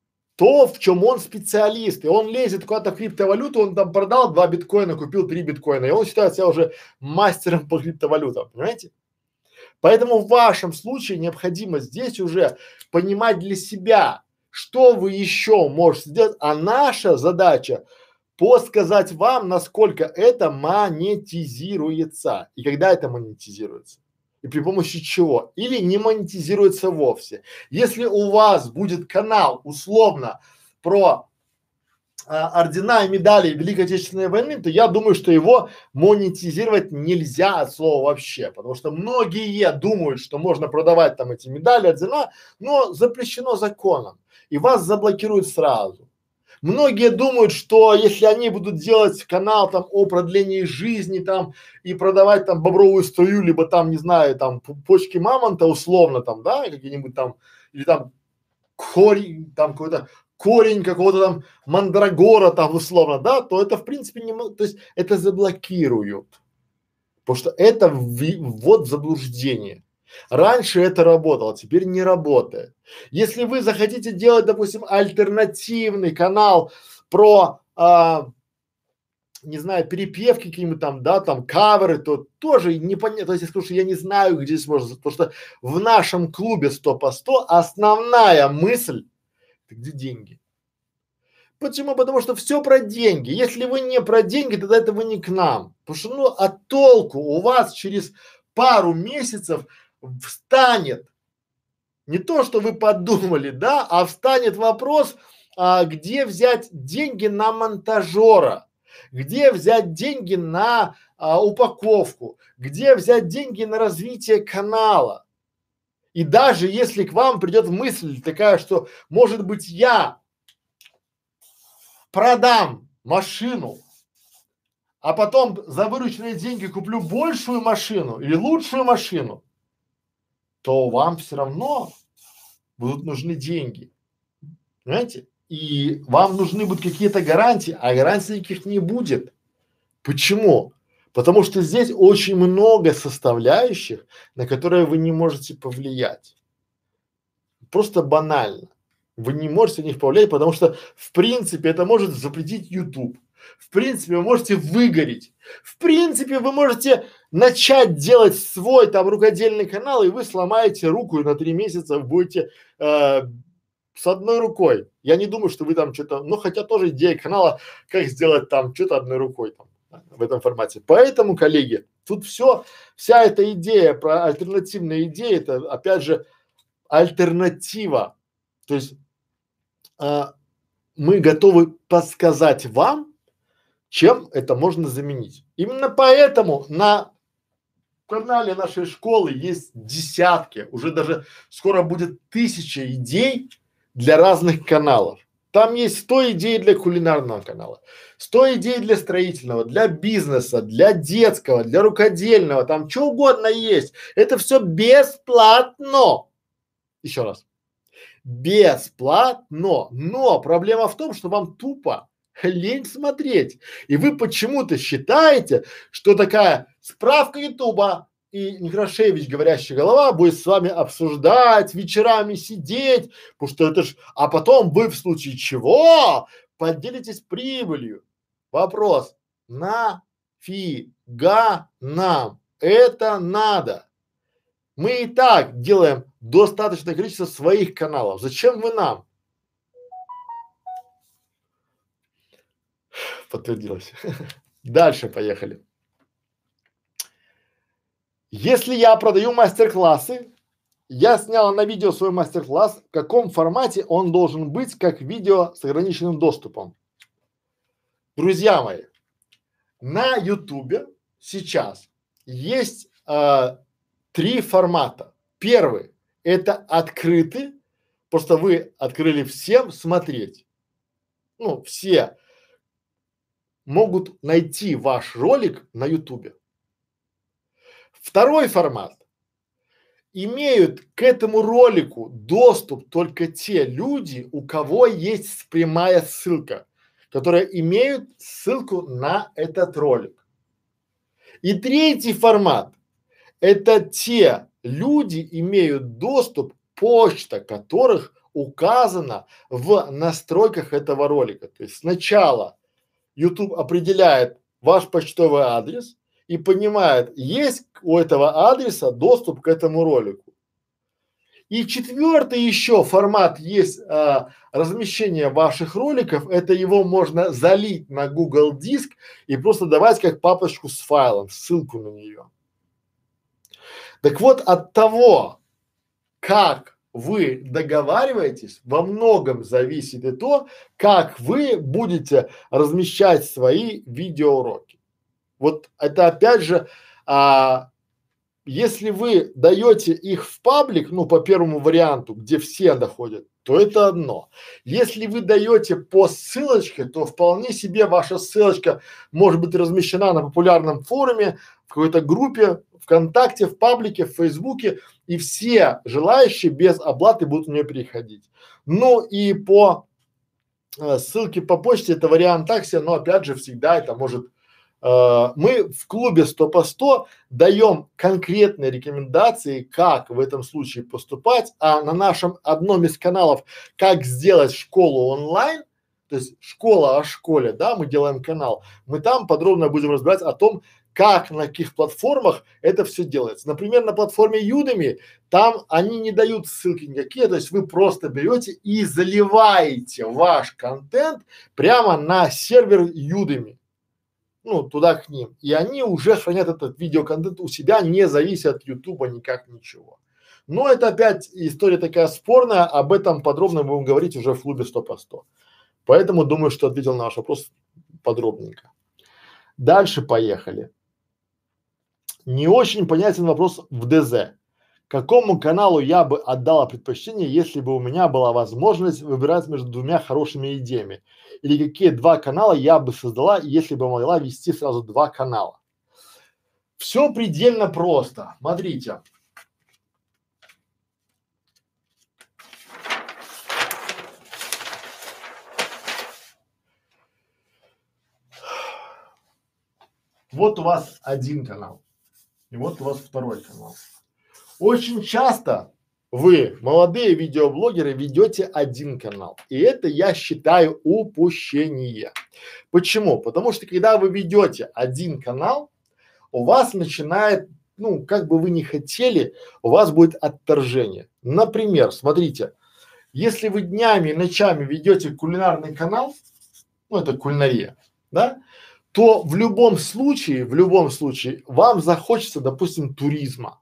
То, в чем он специалист, и он лезет куда-то в криптовалюту, он там продал 2 биткоина, купил 3 биткоина, и он считает себя уже мастером по криптовалютам, понимаете? Поэтому в вашем случае необходимо здесь уже понимать для себя, что вы еще можете сделать, а наша задача подсказать вам, насколько это монетизируется и когда это монетизируется. И при помощи чего? Или не монетизируется вовсе. Если у вас будет канал условно про ордена и медали Великой Отечественной войны, то я думаю, что его монетизировать нельзя от слова вообще, потому что многие думают, что можно продавать там эти медали, ордена, но запрещено законом, и вас заблокируют сразу. Многие думают, что если они будут делать канал там о продлении жизни там и продавать там бобровую струю, либо там, не знаю, там почки мамонта условно там, да, какие-нибудь там, или там корень, там какой-то корень какого-то там мандрагора там условно, да, то это в принципе не, то есть это заблокируют, потому что это ввод в заблуждение. Раньше это работало, теперь не работает. Если вы захотите делать, допустим, альтернативный канал про не знаю, перепевки какие-нибудь там, да, там каверы, то тоже непонятно. То есть я скажу, что я не знаю, где здесь можно, потому что в нашем клубе 100 по 100 основная мысль, где деньги. Почему? Потому что все про деньги. Если вы не про деньги, тогда это вы не к нам. Потому что, ну, а толку у вас через пару месяцев встанет не то, что вы подумали, да, а встанет вопрос, где взять деньги на монтажера, где взять деньги на упаковку, где взять деньги на развитие канала. И даже если к вам придет мысль такая, что, может быть, я продам машину, а потом за вырученные деньги куплю большую машину или лучшую машину, то вам все равно будут нужны деньги. Понимаете? И вам нужны будут какие-то гарантии, а гарантий никаких не будет. Почему? Потому что здесь очень много составляющих, на которые вы не можете повлиять. Просто банально. Вы не можете на них повлиять, потому что в принципе это может запретить YouTube. В принципе вы можете выгореть. В принципе вы можете начать делать свой там рукодельный канал, и вы сломаете руку, и на 3 месяца вы будете с одной рукой. Я не думаю, что вы там что-то, ну хотя тоже идея канала, как сделать там что-то одной рукой там в этом формате. Поэтому, коллеги, тут все, вся эта идея про альтернативные идеи, это опять же альтернатива. То есть мы готовы подсказать вам, чем это можно заменить. Именно поэтому на канале нашей школы есть десятки, уже даже скоро будет 1000 идей для разных каналов. Там есть 100 идей для кулинарного канала, 100 идей для строительного, для бизнеса, для детского, для рукодельного, там что угодно есть. Это все бесплатно. Еще раз. Бесплатно. Но проблема в том, что вам тупо лень смотреть. И вы почему-то считаете, что такая справка Ютуба и Некрашевич, говорящая голова, будет с вами обсуждать, вечерами сидеть, потому что это ж… А потом вы в случае чего поделитесь прибылью. Вопрос. Нафига нам это надо? Мы и так делаем достаточное количество своих каналов. Зачем вы нам? Подтвердилось. Дальше поехали. Если я продаю мастер-классы, я сняла на видео свой мастер-класс, в каком формате он должен быть, как видео с ограниченным доступом. Друзья мои, на Ютубе сейчас есть 3 формата. Первый – это открытый, просто вы открыли всем смотреть. Ну, все могут найти ваш ролик на Ютубе. Второй формат. Имеют к этому ролику доступ только те люди, у кого есть прямая ссылка, которые имеют ссылку на этот ролик. И третий формат. Это те люди имеют доступ, почта которых указана в настройках этого ролика. То есть сначала YouTube определяет ваш почтовый адрес и понимает, есть у этого адреса доступ к этому ролику. И четвертый еще формат есть размещение ваших роликов, это его можно залить на Google Диск и просто давать как папочку с файлом, ссылку на нее. Так вот, от того, как вы договариваетесь, во многом зависит и то, как вы будете размещать свои видеоуроки. Вот это опять же, если вы даете их в паблик, ну по первому варианту, где все доходят, то это одно. Если вы даете по ссылочке, то вполне себе ваша ссылочка может быть размещена на популярном форуме, в какой-то группе, ВКонтакте, в паблике, в Фейсбуке, и все желающие без оплаты будут в нее переходить. Ну и по ссылке по почте это вариант такси, но опять же всегда это может мы в клубе 100 по 100 даем конкретные рекомендации, как в этом случае поступать, а на нашем одном из каналов «Как сделать школу онлайн», то то есть школа о школе, да, мы делаем канал, мы там подробно будем разбирать о том, как, на каких платформах это все делается. Например, на платформе Udemy, там они не дают ссылки никакие, то есть вы просто берете и заливаете ваш контент прямо на сервер Udemy, ну, туда к ним, и они уже хранят этот видеоконтент у себя, не завися от Ютуба никак ничего. Но это опять история такая спорная, об этом подробно будем говорить уже в клубе 100 по 100. Поэтому думаю, что ответил на ваш вопрос подробненько. Дальше поехали. Не очень понятен вопрос в ДЗ. Какому каналу я бы отдала предпочтение, если бы у меня была возможность выбирать между двумя хорошими идеями? Или какие два канала я бы создала, если бы могла вести сразу два канала? Все предельно просто. Смотрите. Вот у вас один канал, и вот у вас второй канал. Очень часто вы, молодые видеоблогеры, ведете один канал, и это, я считаю, упущение. Почему? Потому что когда вы ведете один канал, у вас начинает, ну, как бы вы ни хотели, у вас будет отторжение. Например, смотрите, если вы днями и ночами ведете кулинарный канал, ну, это кулинария, да, то в любом случае вам захочется, допустим, туризма,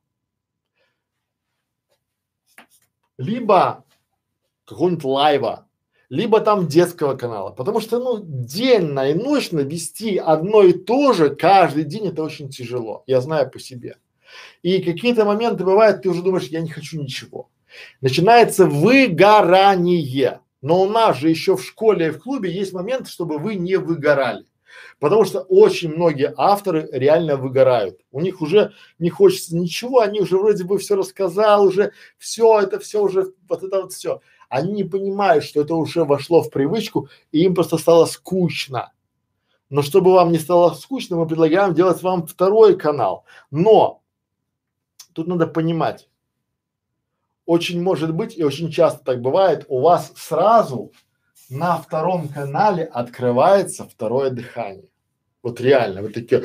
либо какого-нибудь лайва, либо там детского канала, потому что, ну, денно и ночно вести одно и то же каждый день это очень тяжело, я знаю по себе. И какие-то моменты бывают, ты уже думаешь, я не хочу ничего. Начинается выгорание. Но у нас же еще в школе и в клубе есть момент, чтобы вы не выгорали. Потому что очень многие авторы реально выгорают. У них уже не хочется ничего, они уже вроде бы все рассказал, уже все, это все уже, вот это вот все. Они не понимают, что это уже вошло в привычку, и им просто стало скучно. Но чтобы вам не стало скучно, мы предлагаем делать вам второй канал. Но тут надо понимать, очень может быть и очень часто так бывает, у вас сразу на втором канале открывается второе дыхание. Вот реально, вы такие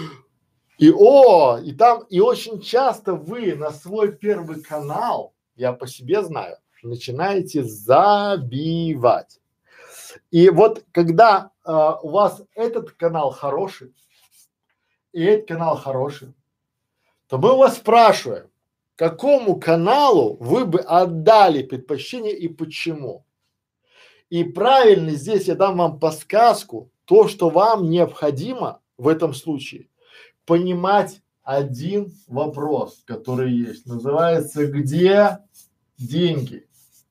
и там, и очень часто вы на свой первый канал, я по себе знаю, начинаете забивать. И вот когда у вас этот канал хороший, и этот канал хороший, то мы у вас спрашиваем, какому каналу вы бы отдали предпочтение и почему? И правильно здесь я дам вам подсказку, то, что вам необходимо в этом случае, понимать один вопрос, который есть, называется «Где деньги?».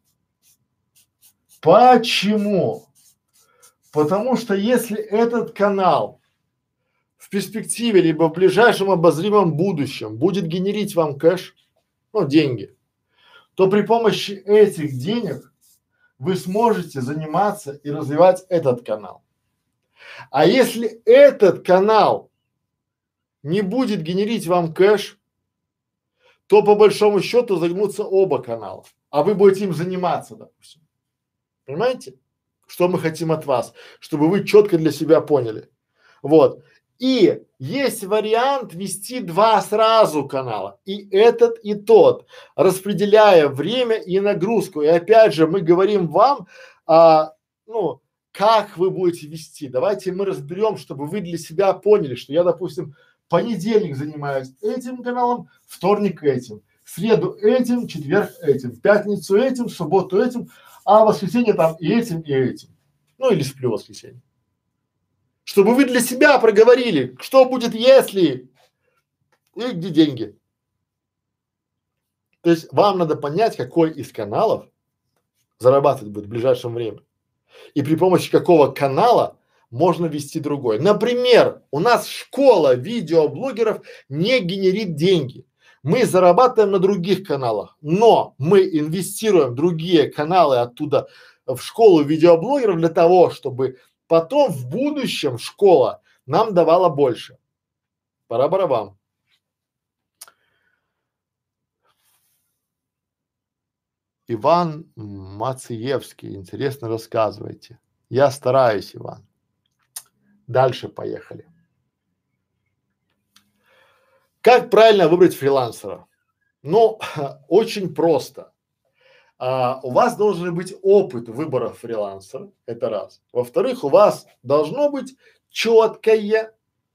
Почему? Потому что если этот канал в перспективе либо в ближайшем обозримом будущем будет генерить вам кэш, ну, деньги, то при помощи этих денег вы сможете заниматься и развивать этот канал. А если этот канал не будет генерить вам кэш, то по большому счету загнутся оба канала, а вы будете им заниматься, допустим. Понимаете, что мы хотим от вас, чтобы вы четко для себя поняли. Вот. И есть вариант вести два сразу канала, и этот, и тот, распределяя время и нагрузку. И опять же, мы говорим вам, ну, как вы будете вести. Давайте мы разберем, чтобы вы для себя поняли, что я, допустим, понедельник занимаюсь этим каналом, вторник этим, в среду этим, четверг этим, пятницу этим, субботу этим, а в воскресенье там и этим, и этим. Ну или сплю в воскресенье. Чтобы вы для себя проговорили, что будет если и где деньги. То есть вам надо понять, какой из каналов зарабатывать будет в ближайшем времени. И при помощи какого канала можно вести другой. Например, у нас школа видеоблогеров не генерит деньги. Мы зарабатываем на других каналах, но мы инвестируем в другие каналы оттуда в школу видеоблогеров для того, чтобы потом в будущем школа нам давала больше. Пора барабан. Иван Мациевский, интересно рассказывайте. Я стараюсь, Иван. Дальше поехали. Как правильно выбрать фрилансера? Ну, очень просто. У вас должен быть опыт выбора фрилансера, это раз. Во-вторых, у вас должно быть четкое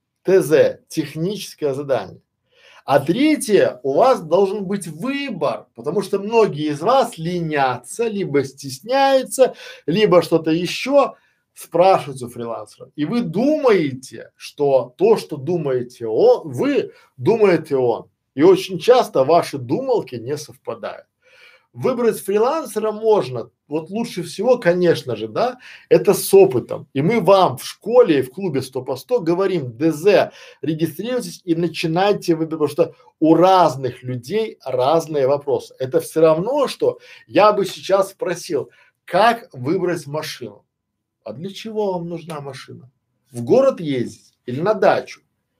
ТЗ, техническое задание. А третье, у вас должен быть выбор, потому что многие из вас ленятся, либо стесняются, либо что-то еще спрашивать у фрилансера. И вы думаете, что то, что думаете вы думаете он. И очень часто ваши думалки не совпадают. Выбрать фрилансера можно, вот лучше всего, конечно же, да, это с опытом. И мы вам в школе и в клубе 100 по 100 говорим: ДЗ, регистрируйтесь и начинайте выбирать, потому что у разных людей разные вопросы. Это все равно, что я бы сейчас спросил, как выбрать машину. А для чего вам нужна машина? В город ездить или на дачу?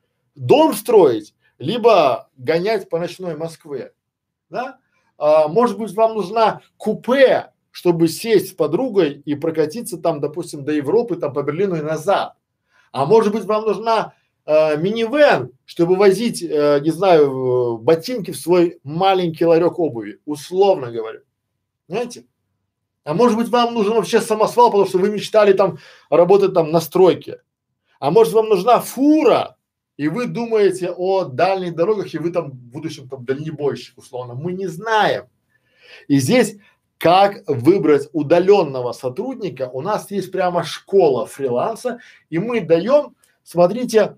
Дом строить, либо гонять по ночной Москве, да? Может быть, вам нужна купе, чтобы сесть с подругой и прокатиться там, допустим, до Европы, там по Берлину и назад. А может быть, вам нужна минивэн, чтобы возить, не знаю, ботинки в свой маленький ларек обуви, условно говоря. Знаете? А может быть, вам нужен вообще самосвал, потому что вы мечтали там работать там на стройке. А может, вам нужна фура, и вы думаете о дальних дорогах, и вы там в будущем там дальнебойщик, условно. Мы не знаем. И здесь как выбрать удаленного сотрудника, у нас есть прямо школа фриланса, и мы даем, смотрите,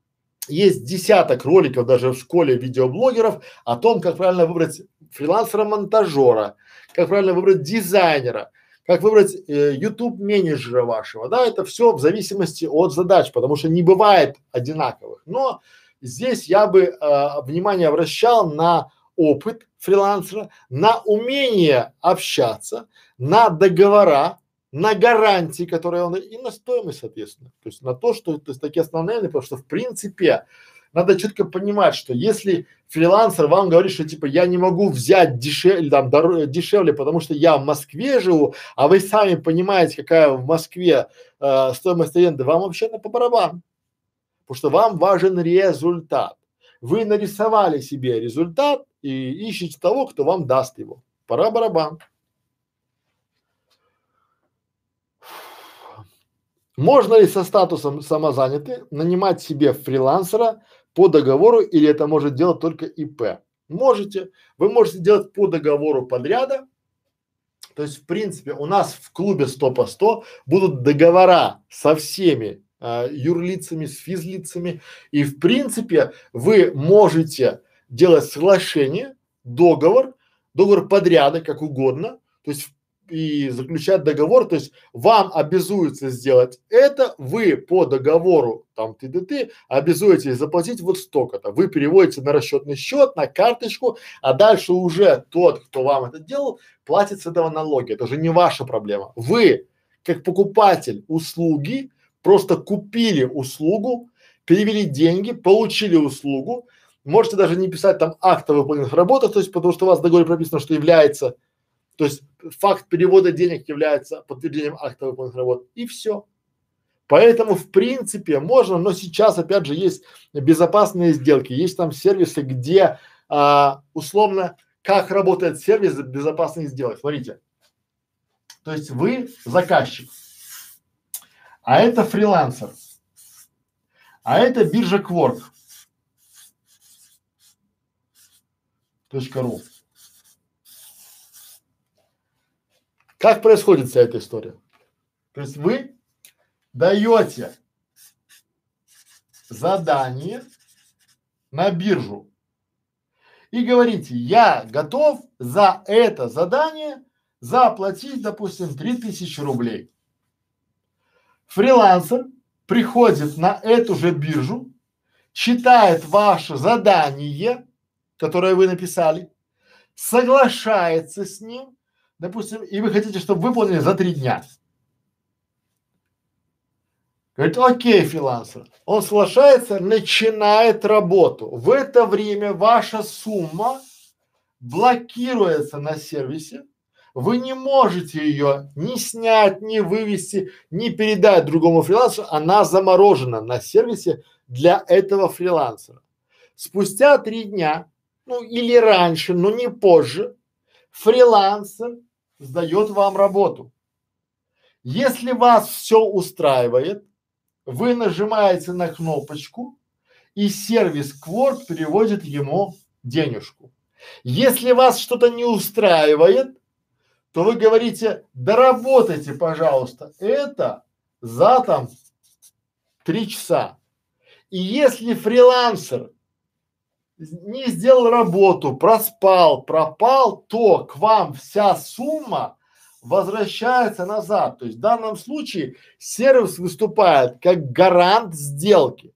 есть десяток роликов даже в школе видеоблогеров о том, как правильно выбрать фрилансера-монтажера, как правильно выбрать дизайнера, как выбрать YouTube менеджера вашего, да, это все в зависимости от задач, потому что не бывает одинаковых. Но здесь я бы внимание обращал на опыт фрилансера, на умение общаться, на договора, на гарантии, которые он и на стоимость, соответственно. То есть на то, что то есть такие основные, потому что в принципе надо четко понимать, что если фрилансер вам говорит, что типа я не могу взять дешевле, там, дешевле, потому что я в Москве живу, а вы сами понимаете, какая в Москве стоимость аренды, вам вообще по барабану. Потому что вам важен результат. Вы нарисовали себе результат и ищете того, кто вам даст его. Пора барабан. Можно ли со статусом самозанятый нанимать себе фрилансера по договору, или это может делать только ИП? Можете. Вы можете делать по договору подряда. То есть, в принципе, у нас в клубе 100 по 100 будут договора со всеми юрлицами, с физлицами. И, в принципе, вы можете делать соглашение, договор подряда, как угодно. То есть и заключать договор, то есть вам обязуется сделать это, вы по договору там ты обязуетесь заплатить вот столько-то, вы переводите на расчетный счет, на карточку, а дальше уже тот, кто вам это делал, платит с этого налоги, это уже не ваша проблема. Вы, как покупатель услуги, просто купили услугу, перевели деньги, получили услугу, можете даже не писать там акт о выполненных работах, то есть потому что у вас в договоре прописано, что является. То есть факт перевода денег является подтверждением акта выполненных работ, и все. Поэтому в принципе можно, но сейчас опять же есть безопасные сделки, есть там сервисы, где условно как работает сервис безопасных сделок. Смотрите, то есть вы заказчик, а это фрилансер, а это биржа Quark.ru. Как происходит вся эта история? То есть вы даете задание на биржу и говорите: я готов за это задание заплатить, допустим, 3000 рублей. Фрилансер приходит на эту же биржу, читает ваше задание, которое вы написали, соглашается с ним, допустим, и вы хотите, чтобы выполнили за 3 дня. Говорит: окей, фрилансер. Он соглашается, начинает работу. В это время ваша сумма блокируется на сервисе, Вы не можете ее ни снять, ни вывести, ни передать другому фрилансеру, она заморожена на сервисе для этого фрилансера. Спустя 3 дня, ну или раньше, но не позже, фрилансер сдает вам работу. Если вас все устраивает, вы нажимаете на кнопочку, и сервис Quark переводит ему денежку. Если вас что-то не устраивает, то вы говорите: доработайте, пожалуйста, это за там 3 часа. И если фрилансер не сделал работу, проспал, пропал, то к вам вся сумма возвращается назад. То есть в данном случае сервис выступает как гарант сделки.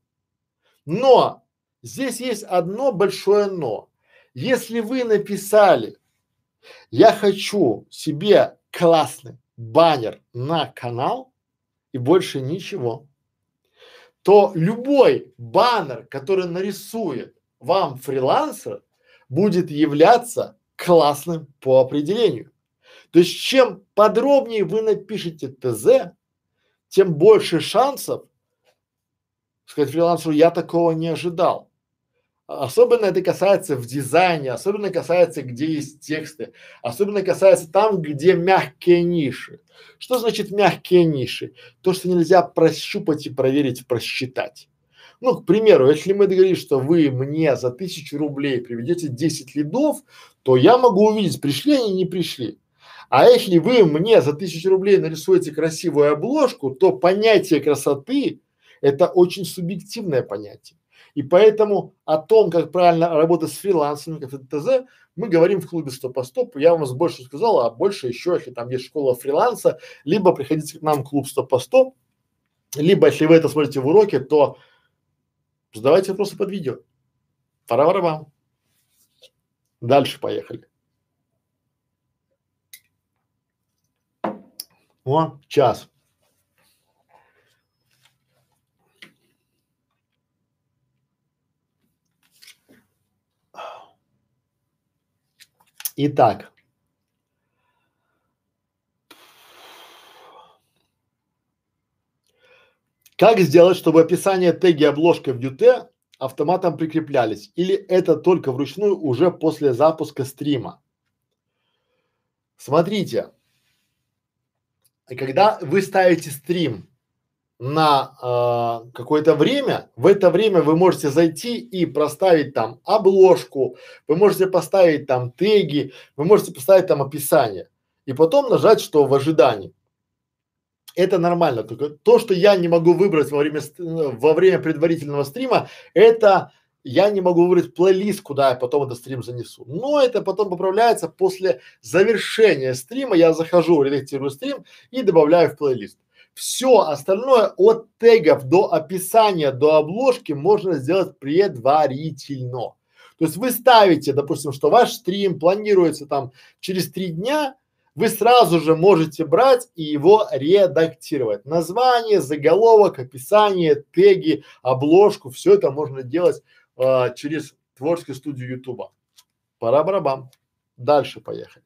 Но здесь есть одно большое но. Если вы написали: я хочу себе классный баннер на канал и больше ничего, то любой баннер, который нарисует вам фрилансер, будет являться классным по определению. То есть чем подробнее вы напишете ТЗ, тем больше шансов сказать фрилансеру: я такого не ожидал. Особенно это касается в дизайне, особенно касается, где есть тексты, особенно касается там, где мягкие ниши. Что значит мягкие ниши? То, что нельзя прощупать и проверить, просчитать. Ну, к примеру, если мы договорились, что вы мне за 1000 рублей приведете 10 лидов, то я могу увидеть, пришли они, не пришли. А если вы мне за 1000 рублей нарисуете красивую обложку, то понятие красоты – это очень субъективное понятие. И поэтому о том, как правильно работать с фрилансерами, как это ТЗ, мы говорим в клубе 100 по 100. Я вам больше сказал, а больше еще, если там есть школа фриланса, либо приходите к нам в клуб 100 по 100, либо если вы это смотрите в уроке, то задавайте вопросы под видео. Пора-пора-бам. Дальше поехали. О, час. Итак, как сделать, чтобы описание, теги, обложка в Dute автоматом прикреплялись? Или это только вручную уже после запуска стрима? Смотрите, когда вы ставите стрим на какое-то время, в это время вы можете зайти и проставить там обложку, вы можете поставить там теги, вы можете поставить там описание и потом нажать, что в ожидании. Это нормально, только то, что я не могу выбрать во время предварительного стрима, это я не могу выбрать плейлист, куда я потом этот стрим занесу. Но это потом поправляется после завершения стрима. Я захожу, редактирую стрим и добавляю в плейлист. Все остальное от тегов до описания, до обложки можно сделать предварительно. То есть вы ставите, допустим, что ваш стрим планируется там через 3 дня, вы сразу же можете брать и его редактировать. Название, заголовок, описание, теги, обложку, все это можно делать через творческую студию Ютуба. Пора-барабам. Дальше поехали.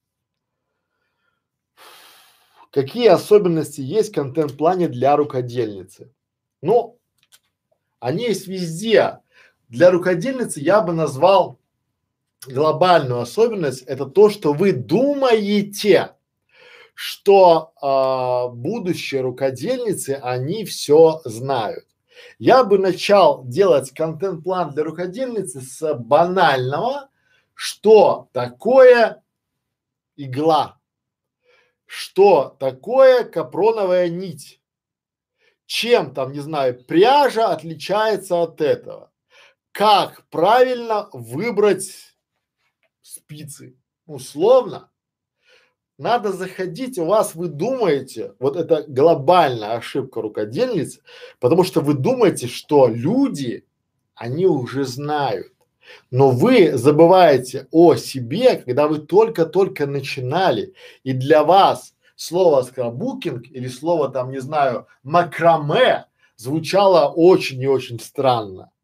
Какие особенности есть в контент-плане для рукодельницы? Ну, они есть везде. Для рукодельницы я бы назвал глобальную особенность – это то, что вы думаете, что будущие рукодельницы, они все знают. Я бы начал делать контент-план для рукодельницы с банального, что такое игла, что такое капроновая нить, чем там, не знаю, пряжа отличается от этого, как правильно выбрать спицы, условно. Надо заходить, у вас вы думаете, вот это глобальная ошибка рукодельниц, потому что вы думаете, что люди, они уже знают, но вы забываете о себе, когда вы только-только начинали, и для вас слово скраббукинг или слово там, не знаю, макраме звучало очень и очень странно.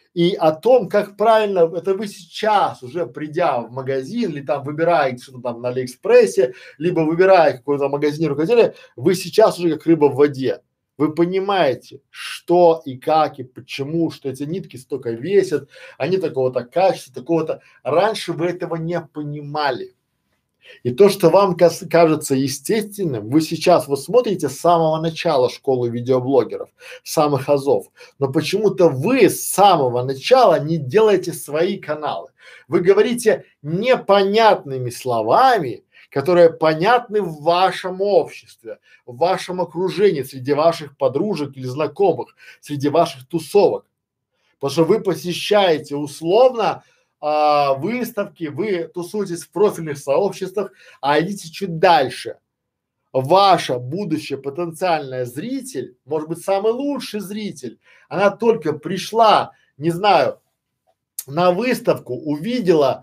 И о том, как правильно, это вы сейчас уже придя в магазин или там выбираете что-то там на Алиэкспрессе, либо выбирая какой-то магазин рукоделия, вы сейчас уже как рыба в воде. Вы понимаете, что и как и почему, что эти нитки столько весят, они такого-то качества, такого-то. Раньше вы этого не понимали. И то, что вам кажется естественным, вы сейчас вот смотрите с самого начала школы видеоблогеров, самых азов, но почему-то вы с самого начала не делаете свои каналы. Вы говорите непонятными словами, которые понятны в вашем обществе, в вашем окружении, среди ваших подружек или знакомых, среди ваших тусовок. Потому что вы посещаете условно выставки, вы тусуетесь в профильных сообществах, а идите чуть дальше. Ваша будущая потенциальная зритель, может быть, самый лучший зритель, она только пришла, не знаю, на выставку, увидела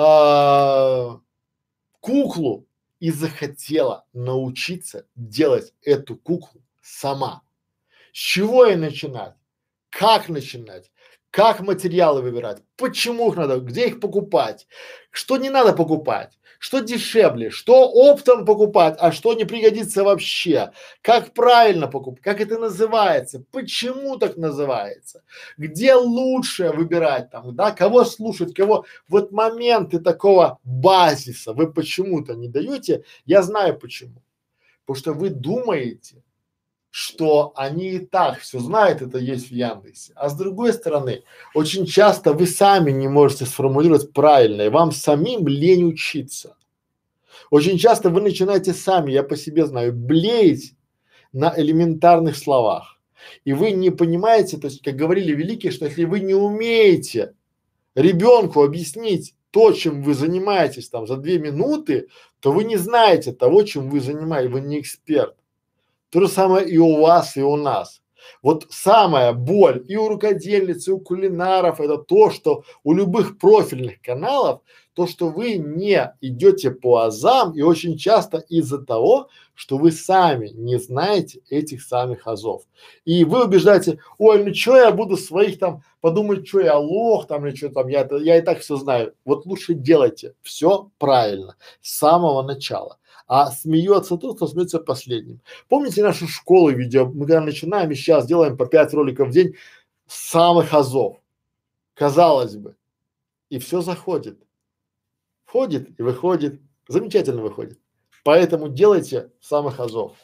куклу и захотела научиться делать эту куклу сама. С чего ей начинать? Как начинать? Как материалы выбирать? Почему их надо? Где их покупать? Что не надо покупать? Что дешевле? Что оптом покупать? А что не пригодится вообще? Как правильно покупать? Как это называется? Почему так называется? Где лучше выбирать там, да? Кого слушать? Кого? Вот моменты такого базиса вы почему-то не даете. Я знаю почему. Потому что вы думаете, что они и так все знают, это есть в Яндексе. А с другой стороны, очень часто вы сами не можете сформулировать правильно, и вам самим лень учиться. Очень часто вы начинаете сами, я по себе знаю, блеять на элементарных словах. И вы не понимаете, то есть, как говорили великие, что если вы не умеете ребенку объяснить то, чем вы занимаетесь там за 2 минуты, то вы не знаете того, чем вы занимаетесь, вы не эксперт. То же самое и у вас, и у нас. Вот самая боль и у рукодельниц, и у кулинаров, это то, что у любых профильных каналов, то, что вы не идете по азам, и очень часто из-за того, что вы сами не знаете этих самых азов. И вы убеждаете, ой, ну что я буду своих там, подумать, что я лох там или что там, я и так все знаю. Вот лучше делайте все правильно, с самого начала. А смеется тот, кто смеется последним. Помните нашу школу видео? Мы когда начинаем и сейчас делаем по 5 роликов в день самых азов. Казалось бы. И все заходит. Входит и выходит. Замечательно выходит. Поэтому делайте самых азов.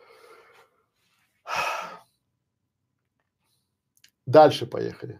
Дальше поехали.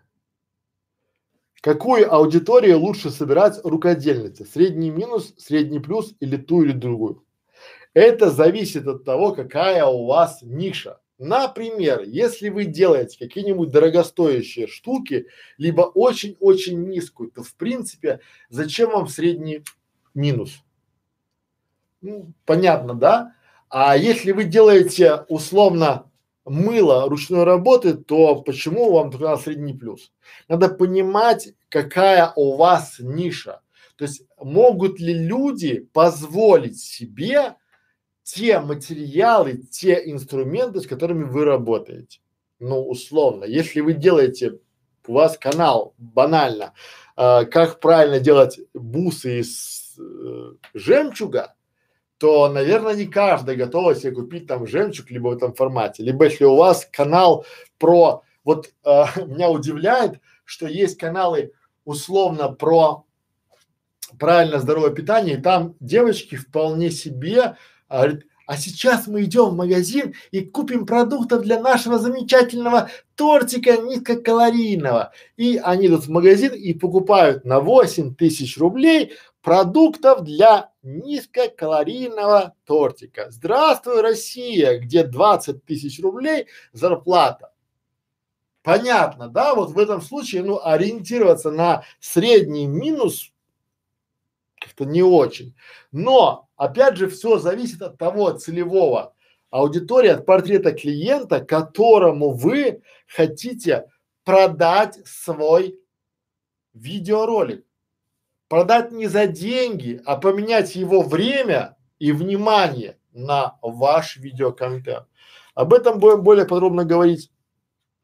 Какую аудиторию лучше собирать рукодельницы? Средний минус, средний плюс или ту или другую? Это зависит от того, какая у вас ниша. Например, если вы делаете какие-нибудь дорогостоящие штуки, либо очень-очень низкую, то в принципе зачем вам средний минус? Ну, понятно, да? А если вы делаете условно мыло ручной работы, то почему вам только надо средний плюс? Надо понимать, какая у вас ниша. То есть могут ли люди позволить себе те материалы, те инструменты, с которыми вы работаете. Ну, условно, если вы делаете, у вас канал банально, как правильно делать бусы из жемчуга, то, наверное, не каждый готов себе купить там жемчуг либо в этом формате. Либо если у вас канал про, вот меня удивляет, что есть каналы условно про правильно здоровое питание, и там девочки вполне себе говорит, а сейчас мы идем в магазин и купим продуктов для нашего замечательного тортика низкокалорийного. И они идут в магазин и покупают на 8 000 рублей продуктов для низкокалорийного тортика. Здравствуй, Россия, где 20 000 рублей зарплата. Понятно, да? Вот в этом случае, ну, ориентироваться на средний минус как-то не очень. Но, опять же, все зависит от того целевого аудитории, от портрета клиента, которому вы хотите продать свой видеоролик. Продать не за деньги, а поменять его время и внимание на ваш видеоконтент. Об этом будем более подробно говорить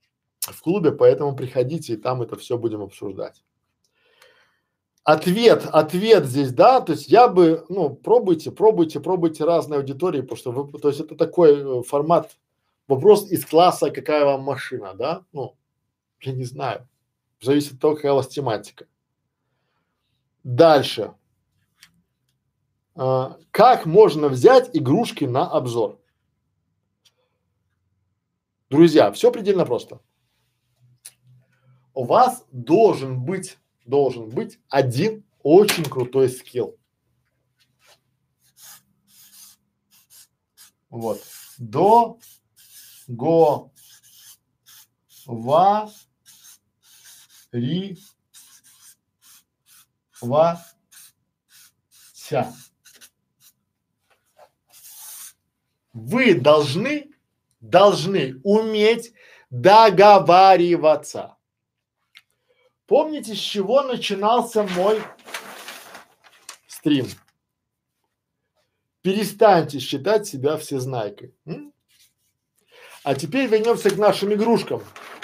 в клубе, поэтому приходите, и там это все будем обсуждать. Ответ здесь, да, то есть я бы, ну, пробуйте разные аудитории, потому что вы, то есть это такой формат, вопрос из класса, какая вам машина, да, ну, я не знаю, зависит от того, какая у вас тематика. Дальше. Как можно взять игрушки на обзор? Друзья, все предельно просто. У вас должен быть один очень крутой скилл. Вот. Договориваться. Вы должны уметь договариваться. Помните, с чего начинался мой стрим? Перестаньте считать себя всезнайкой. А теперь вернемся к нашим игрушкам.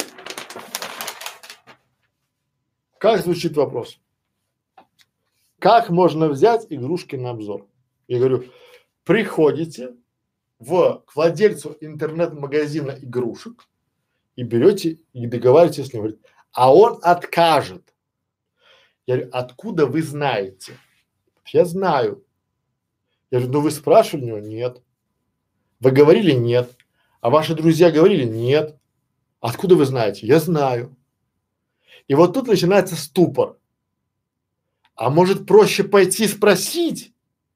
Как звучит вопрос? Как можно взять игрушки на обзор? Я говорю, приходите к владельцу интернет-магазина игрушек и берете и договариваетесь с ним. Говорит, а он откажет. Я говорю, откуда вы знаете? Я знаю. Я говорю, ну вы спрашивали у него? Нет. Вы говорили? Нет. А ваши друзья говорили? Нет. Откуда вы знаете? Я знаю. И вот тут начинается ступор. А может проще пойти спросить?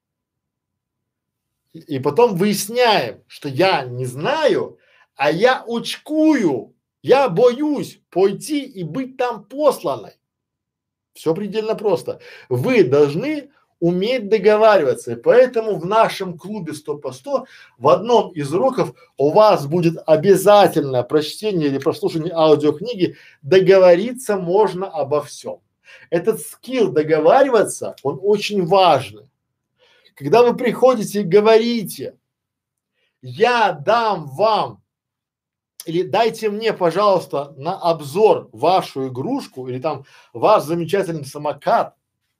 И потом выясняем, что я не знаю, а я очкую, я боюсь пойти и быть там посланной. Все предельно просто. Вы должны уметь договариваться. И поэтому в нашем клубе 100 по 100 в одном из уроков у вас будет обязательно прочтение или прослушивание аудиокниги «Договориться можно обо всем». Этот скилл договариваться, он очень важный. Когда вы приходите и говорите, я дам вам или дайте мне, пожалуйста, на обзор вашу игрушку или там ваш замечательный самокат,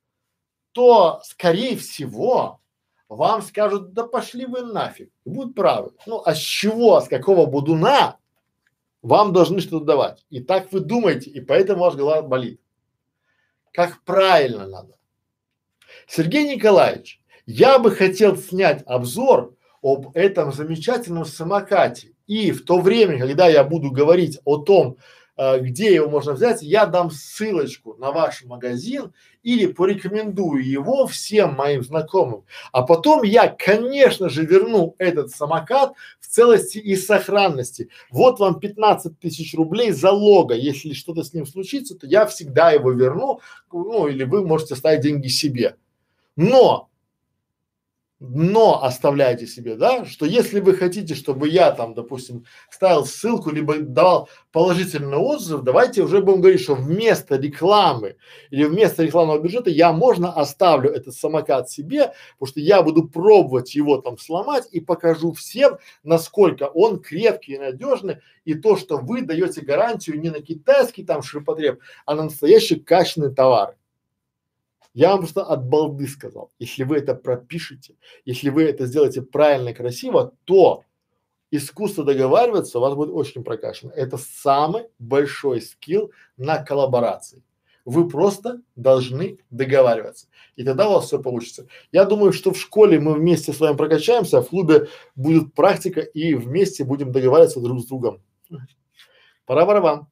то, скорее всего, вам скажут, да пошли вы нафиг, и будут правы. Ну, а с чего, с какого будуна вам должны что-то давать? И так вы думаете, и поэтому ваша голова болит. Как правильно надо. Сергей Николаевич, я бы хотел снять обзор об этом замечательном самокате. И в то время, когда я буду говорить о том, где его можно взять, я дам ссылочку на ваш магазин или порекомендую его всем моим знакомым. А потом я, конечно же, верну этот самокат в целости и сохранности. Вот вам 15 тысяч рублей залога. Если что-то с ним случится, то я всегда его верну, ну или вы можете оставить деньги себе. Но оставляйте себе, да, что если вы хотите, чтобы я там, допустим, ставил ссылку, либо давал положительный отзыв, давайте уже будем говорить, что вместо рекламы или вместо рекламного бюджета я можно оставлю этот самокат себе, потому что я буду пробовать его там сломать и покажу всем, насколько он крепкий и надежный, и то, что вы даете гарантию не на китайский там ширпотреб, а на настоящие качественные товары. Я вам просто от балды сказал. Если вы это пропишете, если вы это сделаете правильно и красиво, то искусство договариваться у вас будет очень прокачано. Это самый большой скилл на коллаборации. Вы просто должны договариваться. И тогда у вас все получится. Я думаю, что в школе мы вместе с вами прокачаемся, а в клубе будет практика и вместе будем договариваться друг с другом. Пора барабан.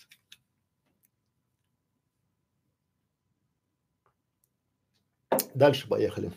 Дальше поехали.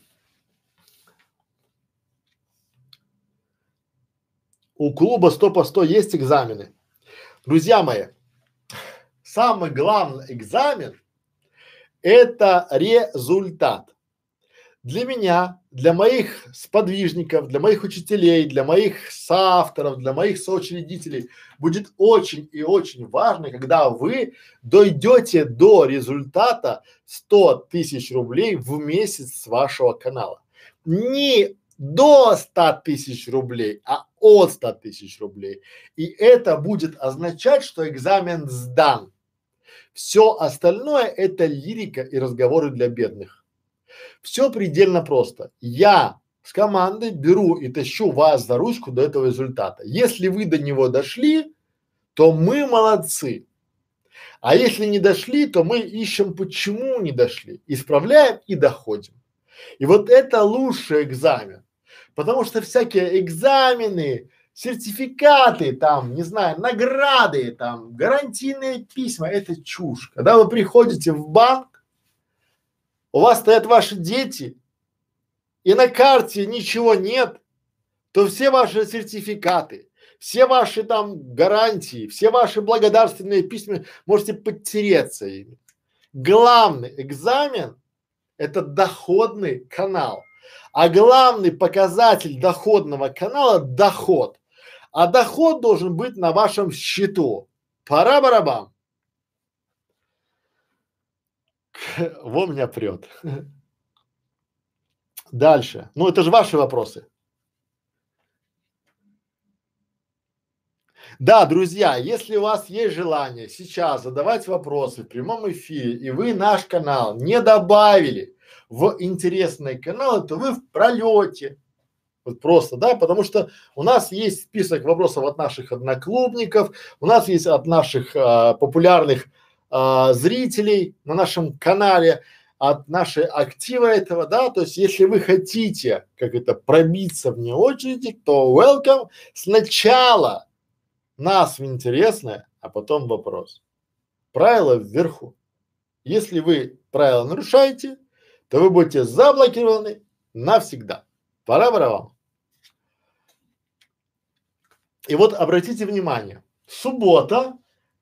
У клуба 100 по 100 есть экзамены. Друзья мои, самый главный экзамен – это результат. Для меня, для моих сподвижников, для моих учителей, для моих соавторов, для моих соучредителей будет очень и очень важно, когда вы дойдете до результата 100 тысяч рублей в месяц с вашего канала. Не до 100 тысяч рублей, а от 100 тысяч рублей. И это будет означать, что экзамен сдан. Все остальное это лирика и разговоры для бедных. Все предельно просто. Я с командой беру и тащу вас за ручку до этого результата. Если вы до него дошли, то мы молодцы. А если не дошли, то мы ищем, почему не дошли, исправляем и доходим. И вот это лучший экзамен, потому что всякие экзамены, сертификаты, там, не знаю, награды, там, гарантийные письма – это чушь. Когда вы приходите в банк, у вас стоят ваши дети, и на карте ничего нет, то все ваши сертификаты, все ваши там гарантии, все ваши благодарственные письма можете подтереться ими. Главный экзамен – это доходный канал, а главный показатель доходного канала – доход, а доход должен быть на вашем счету. Пора-барабам. Во меня прет. Дальше. Ну это же ваши вопросы. Да, друзья, если у вас есть желание сейчас задавать вопросы в прямом эфире, и вы наш канал не добавили в интересные каналы, то вы в пролете. Вот просто, да, потому что у нас есть список вопросов от наших одноклубников, у нас есть от наших популярных зрителей на нашем канале, от нашей актива этого, да, то есть если вы хотите, как это, пробиться вне очереди, то welcome. Сначала нас в интересное, а потом вопрос. Правила вверху. Если вы правила нарушаете, то вы будете заблокированы навсегда. Пора вам. И вот обратите внимание, суббота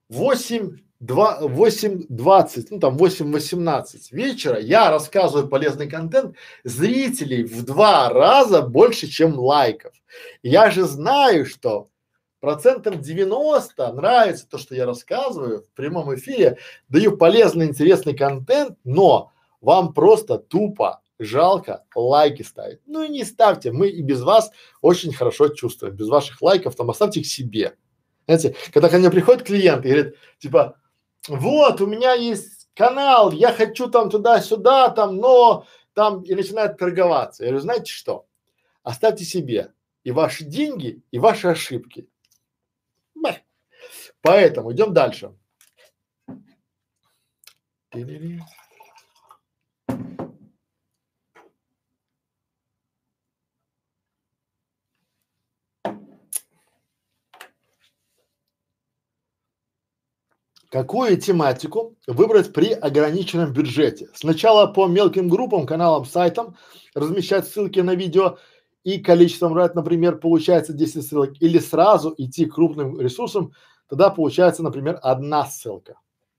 8:20, ну там 8:18 вечера я рассказываю полезный контент, зрителей в 2 раза больше, чем лайков. Я же знаю, что 90% нравится то, что я рассказываю в прямом эфире, даю полезный, интересный контент, но вам просто тупо жалко лайки ставить. Ну и не ставьте, мы и без вас очень хорошо чувствуем, без ваших лайков, там оставьте их себе. Знаете, когда ко мне приходит клиент и говорит, типа, вот у меня есть канал, я хочу там туда-сюда, там, но там и начинает торговаться. Я говорю, знаете что? Оставьте себе и ваши деньги, и ваши ошибки. Бэх. Поэтому идем дальше. Какую тематику выбрать при ограниченном бюджете? Сначала по мелким группам, каналам, сайтам размещать ссылки на видео и количеством раз, например, получается 10 ссылок, или сразу идти к крупным ресурсам, тогда получается, например, 1 ссылка.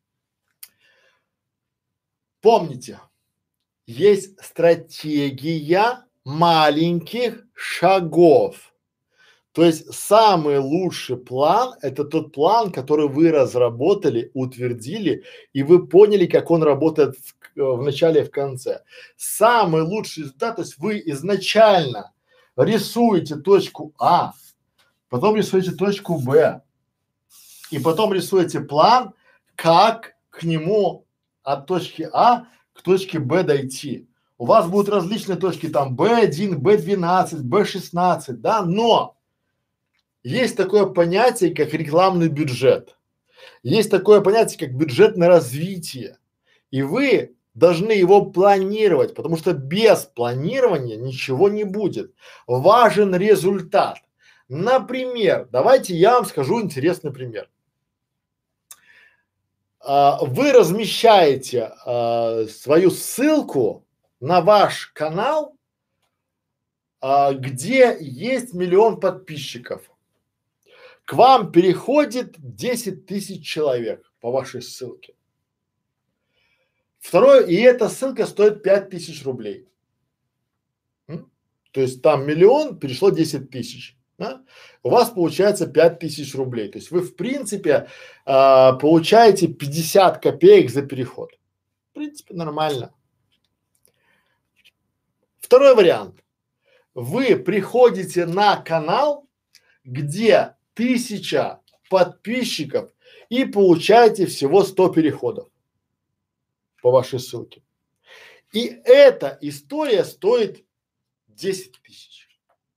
Помните, есть стратегия маленьких шагов. То есть самый лучший план – это тот план, который вы разработали, утвердили, и вы поняли, как он работает в начале и в конце. Самый лучший результат, то есть вы изначально рисуете точку А, потом рисуете точку Б, и потом рисуете план, как к нему от точки А к точке Б дойти. У вас будут различные точки, там Б1, Б12, Б16, да, но есть такое понятие, как рекламный бюджет. Есть такое понятие, как бюджет на развитие. И вы должны его планировать, потому что без планирования ничего не будет. Важен результат. Например, давайте я вам скажу интересный пример. Вы размещаете свою ссылку на ваш канал, где есть 1 000 000 подписчиков. К вам переходит 10 тысяч человек по вашей ссылке. Второе, и эта ссылка стоит 5 тысяч рублей. То есть там 1 000 000, перешло 10 тысяч. Да? У вас получается 5 тысяч рублей. То есть вы в принципе получаете 50 копеек за переход. В принципе нормально. Второй вариант. вы приходите на канал, где 1000 подписчиков и получаете всего 100 переходов по вашей ссылке. И эта история стоит 10 тысяч.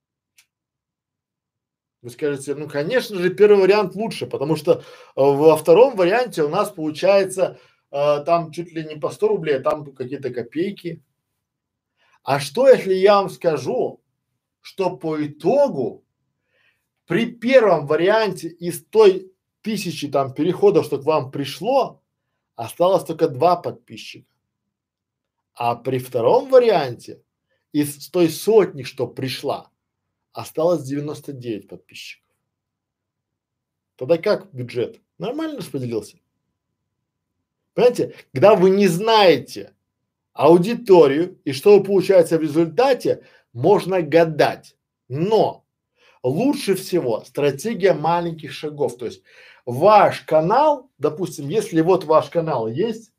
Вы скажете, ну конечно же первый вариант лучше, потому что во втором варианте у нас получается там чуть ли не по 100 рублей, а там какие-то копейки. А что если я вам скажу, что по итогу при первом варианте из той 1000 там переходов, что к вам пришло, осталось только 2 подписчика. А при втором варианте из той сотни, что пришла, осталось 99 подписчиков. Тогда как бюджет? Нормально распределился. Понимаете, когда вы не знаете аудиторию и что получается в результате, можно гадать. Но лучше всего стратегия маленьких шагов. То есть ваш канал, допустим, если вот ваш канал есть,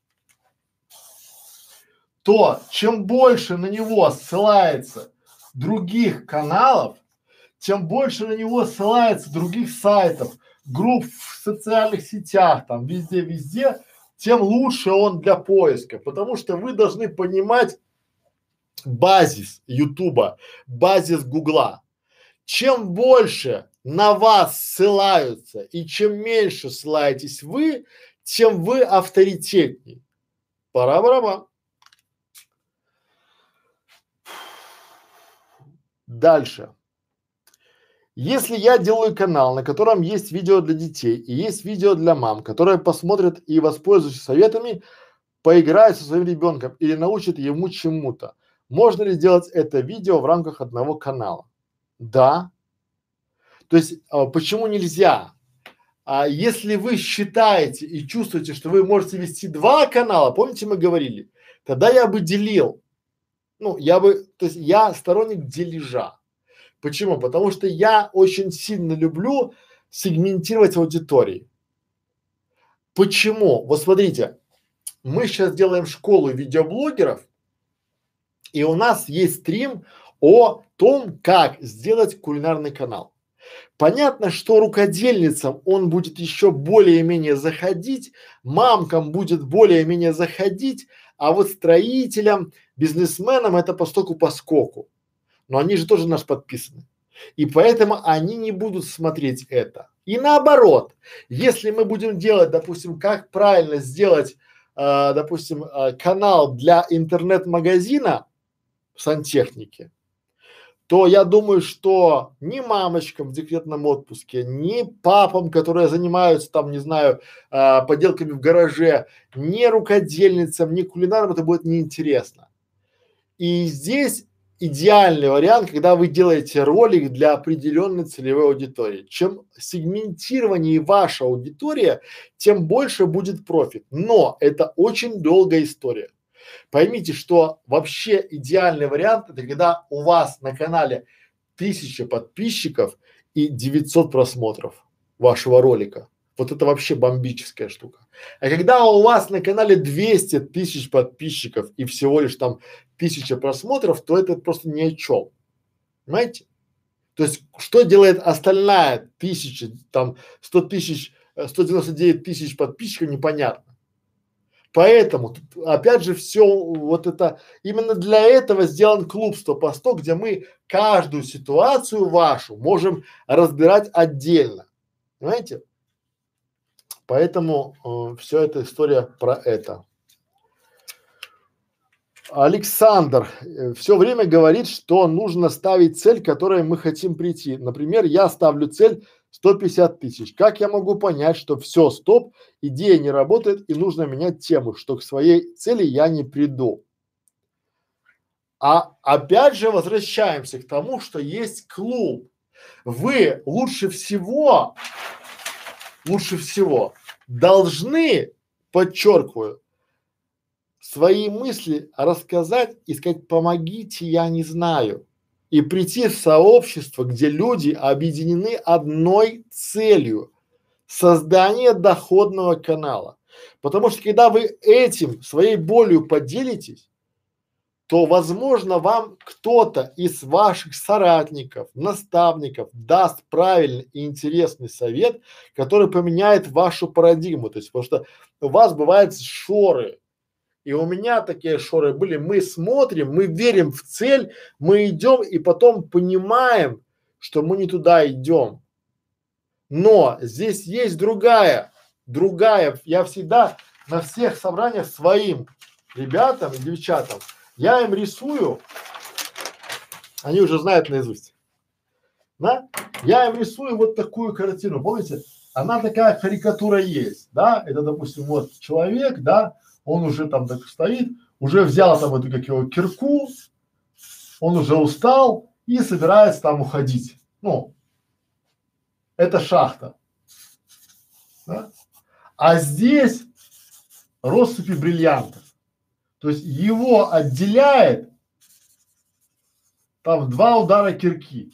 то чем больше на него ссылается других каналов, тем больше на него ссылается других сайтов, групп в социальных сетях, там везде, тем лучше он для поиска, потому что вы должны понимать базис Ютуба, базис Гугла. Чем больше на вас ссылаются и чем меньше ссылаетесь вы, тем вы авторитетней. Пора-барабан. Дальше. Если я делаю канал, на котором есть видео для детей и есть видео для мам, которые посмотрят и воспользуются советами, поиграют со своим ребенком или научат ему чему-то, можно ли сделать это видео в рамках одного канала? Да. То есть почему нельзя? Если вы считаете и чувствуете, что вы можете вести 2 канала, помните, мы говорили, тогда я бы делил. Ну, то есть я сторонник дележа. Почему? Потому что я очень сильно люблю сегментировать аудитории. Почему? Вот смотрите, мы сейчас делаем школу видеоблогеров, и у нас есть стрим о том, как сделать кулинарный канал. Понятно, что рукодельницам он будет еще более-менее заходить, мамкам будет более-менее заходить, а вот строителям, бизнесменам это поскоку. Но они же тоже нас подписаны. И поэтому они не будут смотреть это. И наоборот, если мы будем делать, допустим, как правильно сделать, допустим, канал для интернет-магазина сантехники, то я думаю, что ни мамочкам в декретном отпуске, ни папам, которые занимаются там, не знаю, поделками в гараже, ни рукодельницам, ни кулинарам это будет неинтересно. И здесь идеальный вариант, когда вы делаете ролик для определенной целевой аудитории. Чем сегментированнее ваша аудитория, тем больше будет профит. Но это очень долгая история. Поймите, что вообще идеальный вариант это когда у вас на канале 1000 подписчиков и 900 просмотров вашего ролика. Вот это вообще бомбическая штука. А когда у вас на канале 200 тысяч подписчиков и всего лишь там 1000 просмотров, то это просто ни о чем. Понимаете? То есть, что делает остальная 1000, там 100 тысяч, 199 тысяч подписчиков, непонятно. Поэтому, тут, опять же, все вот это, именно для этого сделан клуб 100 по 100, где мы каждую ситуацию вашу можем разбирать отдельно. Понимаете? Поэтому все эта история про это. Александр все время говорит, что нужно ставить цель, к которой мы хотим прийти. Например, я ставлю цель 150 тысяч. Как я могу понять, что все, стоп, идея не работает и нужно менять тему, что к своей цели я не приду? А опять же возвращаемся к тому, что есть клуб. Вы лучше всего должны, подчеркиваю, свои мысли рассказать и сказать: помогите, я не знаю. И прийти в сообщество, где люди объединены одной целью – создание доходного канала. Потому что когда вы этим, своей болью поделитесь, то, возможно, вам кто-то из ваших соратников, наставников даст правильный и интересный совет, который поменяет вашу парадигму. То есть, потому что у вас бывают шоры, и у меня такие шоры были. Мы смотрим, мы верим в цель, мы идем и потом понимаем, что мы не туда идем. Но здесь есть другая. Я всегда на всех собраниях своим ребятам и девчатам, я им рисую, они уже знают наизусть, да? Я им рисую вот такую картину, помните? Она такая карикатура есть, да? Это, допустим, вот человек, да? Он уже там так стоит, уже взял там эту, как его, кирку, он уже устал и собирается там уходить. Ну, это шахта, да? А здесь россыпи бриллиантов. То есть его отделяет там 2 удара кирки.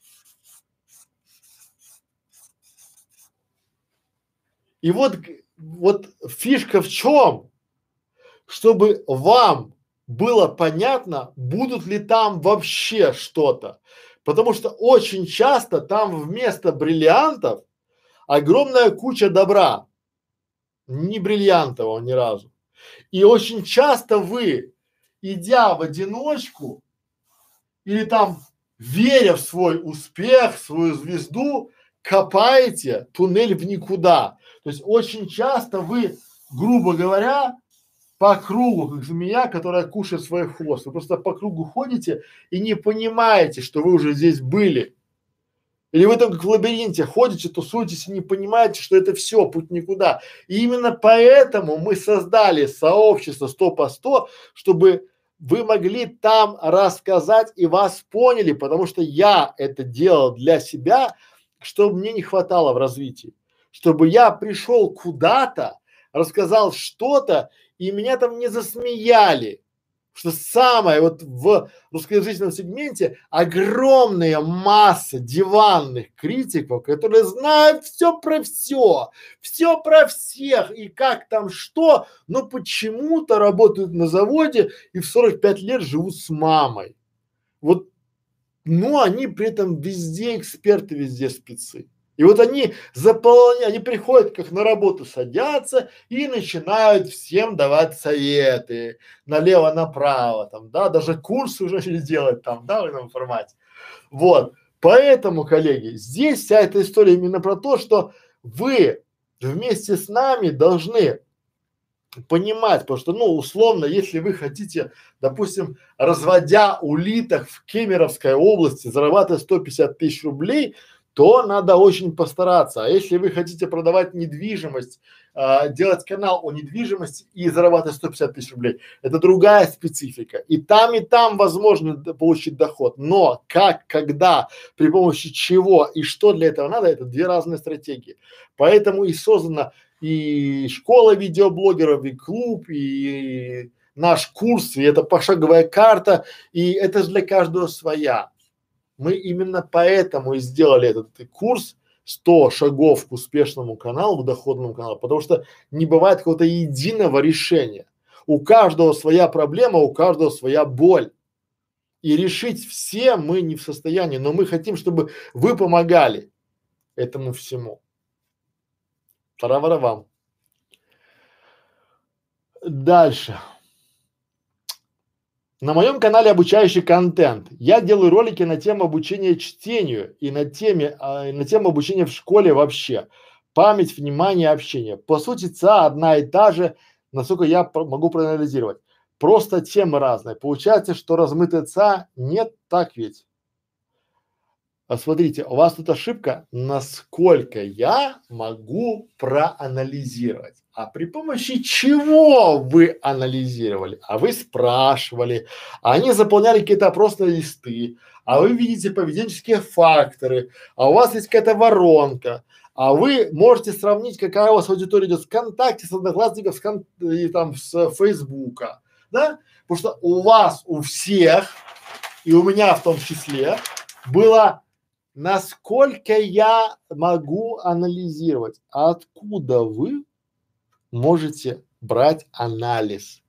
И вот фишка в чем? Чтобы вам было понятно, будут ли там вообще что-то. Потому что очень часто там вместо бриллиантов огромная куча добра. Не бриллиантового ни разу. И очень часто вы, идя в одиночку или там веря в свой успех, в свою звезду, копаете туннель в никуда. То есть очень часто вы, грубо говоря, по кругу, как змея, которая кушает свой хвост. Вы просто по кругу ходите и не понимаете, что вы уже здесь были. Или вы там как в лабиринте ходите, тусуетесь и не понимаете, что это все, путь никуда. И именно поэтому мы создали сообщество 100 по 100, чтобы вы могли там рассказать и вас поняли, потому что я это делал для себя, чтобы мне не хватало в развитии. Чтобы я пришел куда-то, рассказал что-то, и меня там не засмеяли. Что самое вот в русскоязычном сегменте огромная масса диванных критиков, которые знают все про всех и как там что, но почему-то работают на заводе и в 45 лет живут с мамой. Вот, но они при этом везде эксперты, везде спецы. И вот они они приходят как на работу, садятся и начинают всем давать советы налево-направо, там, да, даже курсы уже начали делать там, да, в этом формате. Вот, поэтому, коллеги, здесь вся эта история именно про то, что вы вместе с нами должны понимать, потому что, ну, условно, если вы хотите, допустим, разводя улиток в Кемеровской области, зарабатывать 150 тысяч рублей, то надо очень постараться. А если вы хотите продавать недвижимость, делать канал о недвижимости и зарабатывать 150 тысяч рублей, это другая специфика. И там возможно получить доход. Но как, когда, при помощи чего и что для этого надо, это две разные стратегии. Поэтому и создана и школа видеоблогеров, и клуб, и наш курс, и это пошаговая карта, и это же для каждого своя. Мы именно поэтому и сделали этот курс 100 шагов к успешному каналу, к доходному каналу, потому что не бывает какого-то единого решения. У каждого своя проблема, у каждого своя боль. И решить все мы не в состоянии, но мы хотим, чтобы вы помогали этому всему. Пора вам. Дальше. На моем канале обучающий контент. Я делаю ролики на тему обучения чтению и на тему обучения в школе вообще. Память, внимание, общение. По сути, ЦА одна и та же, насколько я могу проанализировать. Просто темы разные. Получается, что размытая ЦА нет, так ведь? А смотрите, у вас тут ошибка, насколько я могу проанализировать. А при помощи чего вы анализировали? А вы спрашивали, а они заполняли какие-то опросные листы, а вы видите поведенческие факторы, а у вас есть какая-то воронка, а вы можете сравнить, какая у вас аудитория идет с ВКонтакте, с Одноклассников, и там с Фейсбука, да? Потому что у вас, у всех, и у меня в том числе, было насколько я могу анализировать, откуда вы можете брать анализ.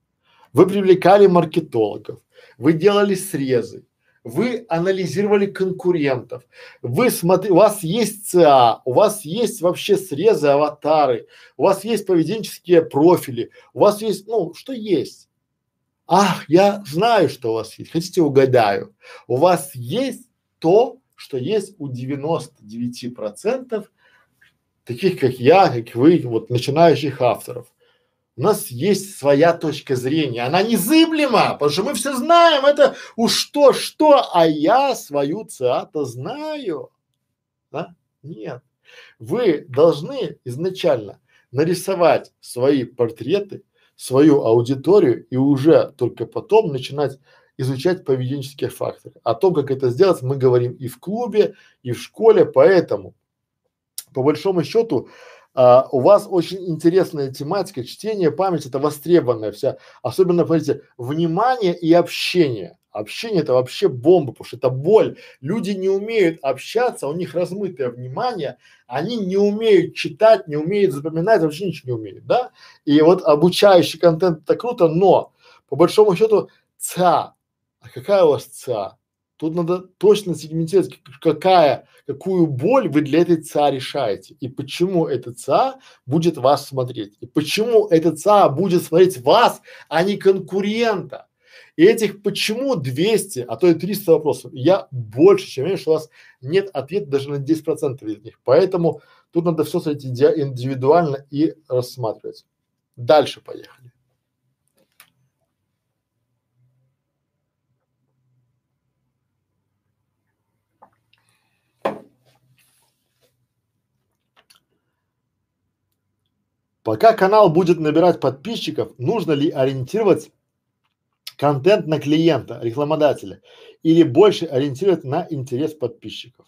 вы привлекали маркетологов, вы делали срезы, вы анализировали конкурентов, вы у вас есть ЦА, у вас есть вообще срезы, аватары, у вас есть поведенческие профили, у вас есть, ну, что есть? Ах, я знаю, что у вас есть. Хотите, угадаю? У вас есть то, что есть у 99% таких, как я, как вы, вот начинающих авторов. У нас есть своя точка зрения, она незыблема, потому что мы все знаем, это уж что, а я свою ЦА-то знаю, да? Нет. Вы должны изначально нарисовать свои портреты, свою аудиторию и уже только потом начинать изучать поведенческие факторы. О том, как это сделать, мы говорим и в клубе, и в школе, поэтому по большому счету у вас очень интересная тематика, чтение, память это востребованная вся, особенно, смотрите, внимание и общение. Общение это вообще бомба, потому что это боль. Люди не умеют общаться, у них размытое внимание, они не умеют читать, не умеют запоминать, вообще ничего не умеют, да? И вот обучающий контент это круто, но по большому счету ЦА, а какая у вас ЦА? Тут надо точно сегментировать, какую боль вы для этой ЦА решаете и почему эта ЦА будет вас смотреть и почему эта ЦА будет смотреть вас, а не конкурента. И этих почему 200, а то и 300 вопросов. Я больше чем уверен, что у вас нет ответа даже на 10% из них. Поэтому тут надо все смотреть индивидуально и рассматривать. Дальше поехали. Пока канал будет набирать подписчиков, нужно ли ориентировать контент на клиента, рекламодателя, или больше ориентировать на интерес подписчиков?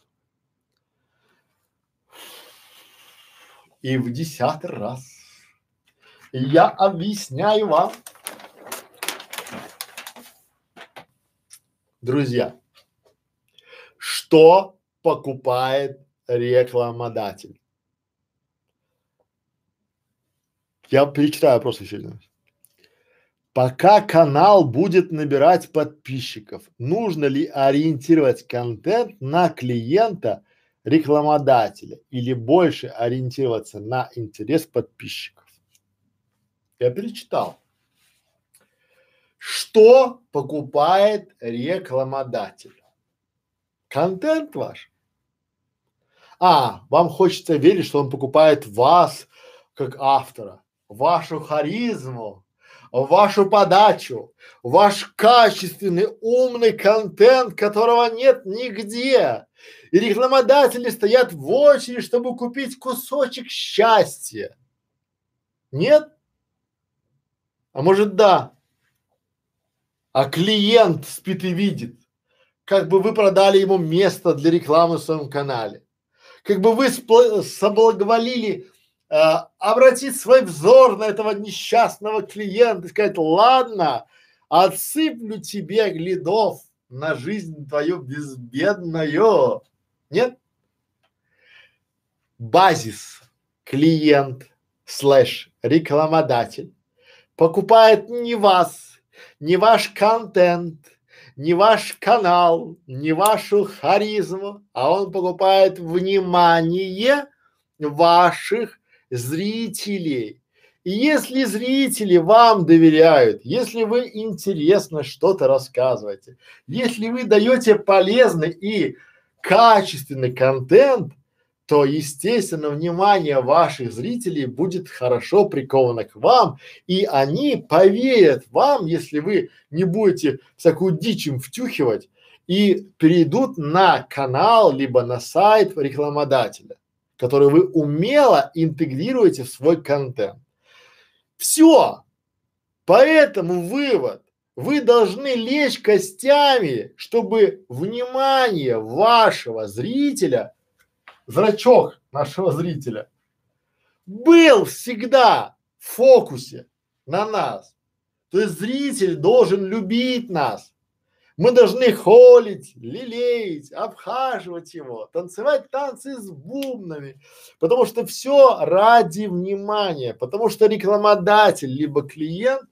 И в 10-й раз я объясняю вам, друзья, что покупает рекламодатель. Я перечитаю вопрос еще один. Пока канал будет набирать подписчиков, нужно ли ориентировать контент на клиента, рекламодателя или больше ориентироваться на интерес подписчиков? Я перечитал. Что покупает рекламодатель? Контент ваш. Вам хочется верить, что он покупает вас как автора, вашу харизму, вашу подачу, ваш качественный, умный контент, которого нет нигде. И рекламодатели стоят в очередь, чтобы купить кусочек счастья. Нет? А может да? А клиент спит и видит, как бы вы продали ему место для рекламы в своем канале, как бы вы соблаговолили обратить свой взор на этого несчастного клиента и сказать: ладно, отсыплю тебе глядов на жизнь твою безбедную. Нет? Базис, клиент слэш рекламодатель покупает не вас, не ваш контент, не ваш канал, не вашу харизму, а он покупает внимание ваших зрителей. И если зрители вам доверяют, если вы интересно что-то рассказываете, если вы даете полезный и качественный контент, то, естественно, внимание ваших зрителей будет хорошо приковано к вам, и они поверят вам, если вы не будете всякую дичь им втюхивать, и перейдут на канал либо на сайт рекламодателя, который вы умело интегрируете в свой контент. Все. Поэтому вывод. Вы должны лечь костями, чтобы внимание вашего зрителя, зрачок нашего зрителя, был всегда в фокусе на нас. То есть зритель должен любить нас. Мы должны холить, лелеять, обхаживать его, танцевать танцы с бубнами, потому что все ради внимания, потому что рекламодатель либо клиент,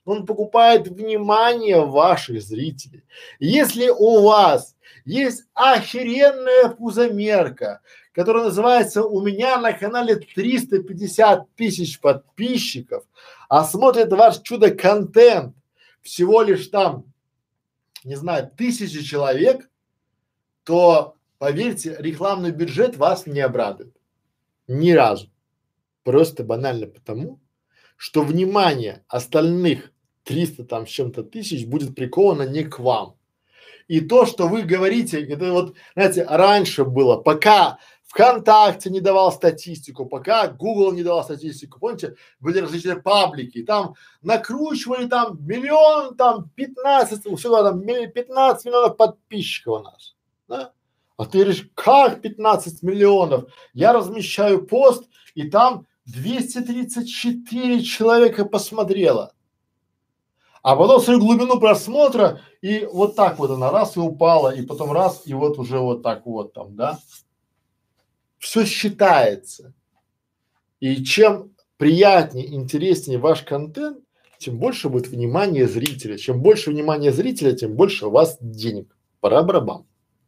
он покупает внимание ваших зрителей. Если у вас есть охеренная пузомерка, которая называется «У меня на канале 350 тысяч подписчиков», а смотрит ваш чудо-контент всего лишь там, не знаю, 1000 человек, то, поверьте, рекламный бюджет вас не обрадует. Ни разу. Просто банально потому, что внимание остальных 300 там с чем-то тысяч будет приковано не к вам. И то, что вы говорите, это вот, знаете, раньше было, пока ВКонтакте не давал статистику, пока Google не давал статистику, помните, были различные паблики, там накручивали там миллион, там 15, всего там 15 миллионов подписчиков у нас, да? А ты говоришь, как 15 миллионов? Я размещаю пост, и там 234 человека посмотрело. А потом свою глубину просмотра, и вот так вот она раз и упала, и потом раз, и вот уже вот так вот там, да. Все считается. И чем приятнее, интереснее ваш контент, тем больше будет внимания зрителя. Чем больше внимания зрителя, тем больше у вас денег. Пора-барабан.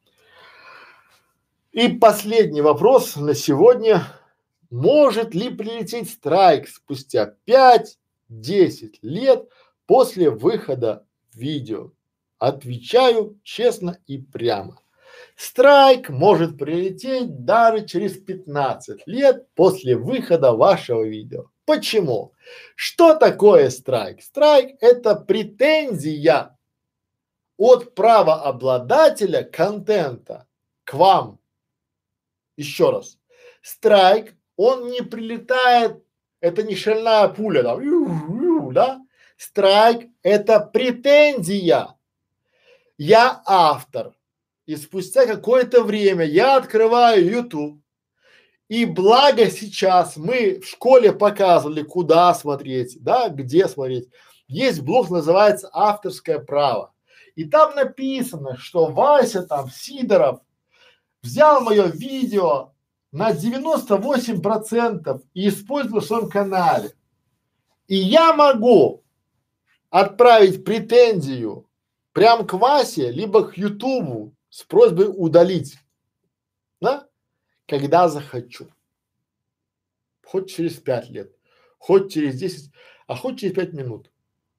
И последний вопрос на сегодня. Может ли прилететь страйк спустя 5-10 лет после выхода видео? Отвечаю честно и прямо. Страйк может прилететь даже через 15 лет после выхода вашего видео. Почему? Что такое страйк? Страйк – это претензия от правообладателя контента к вам. Еще раз. Страйк, он не прилетает, это не шальная пуля, там, да? Страйк – это претензия. Я автор. И спустя какое-то время я открываю YouTube, и благо сейчас мы в школе показывали, куда смотреть, да, где смотреть. Есть блог, называется «Авторское право». И там написано, что Вася там Сидоров взял мое видео на 98% и использовал в своем канале. И я могу отправить претензию прям к Васе, либо к Ютубу с просьбой удалить, да, когда захочу. Хоть через 5 лет, хоть через 10, а хоть через 5 минут.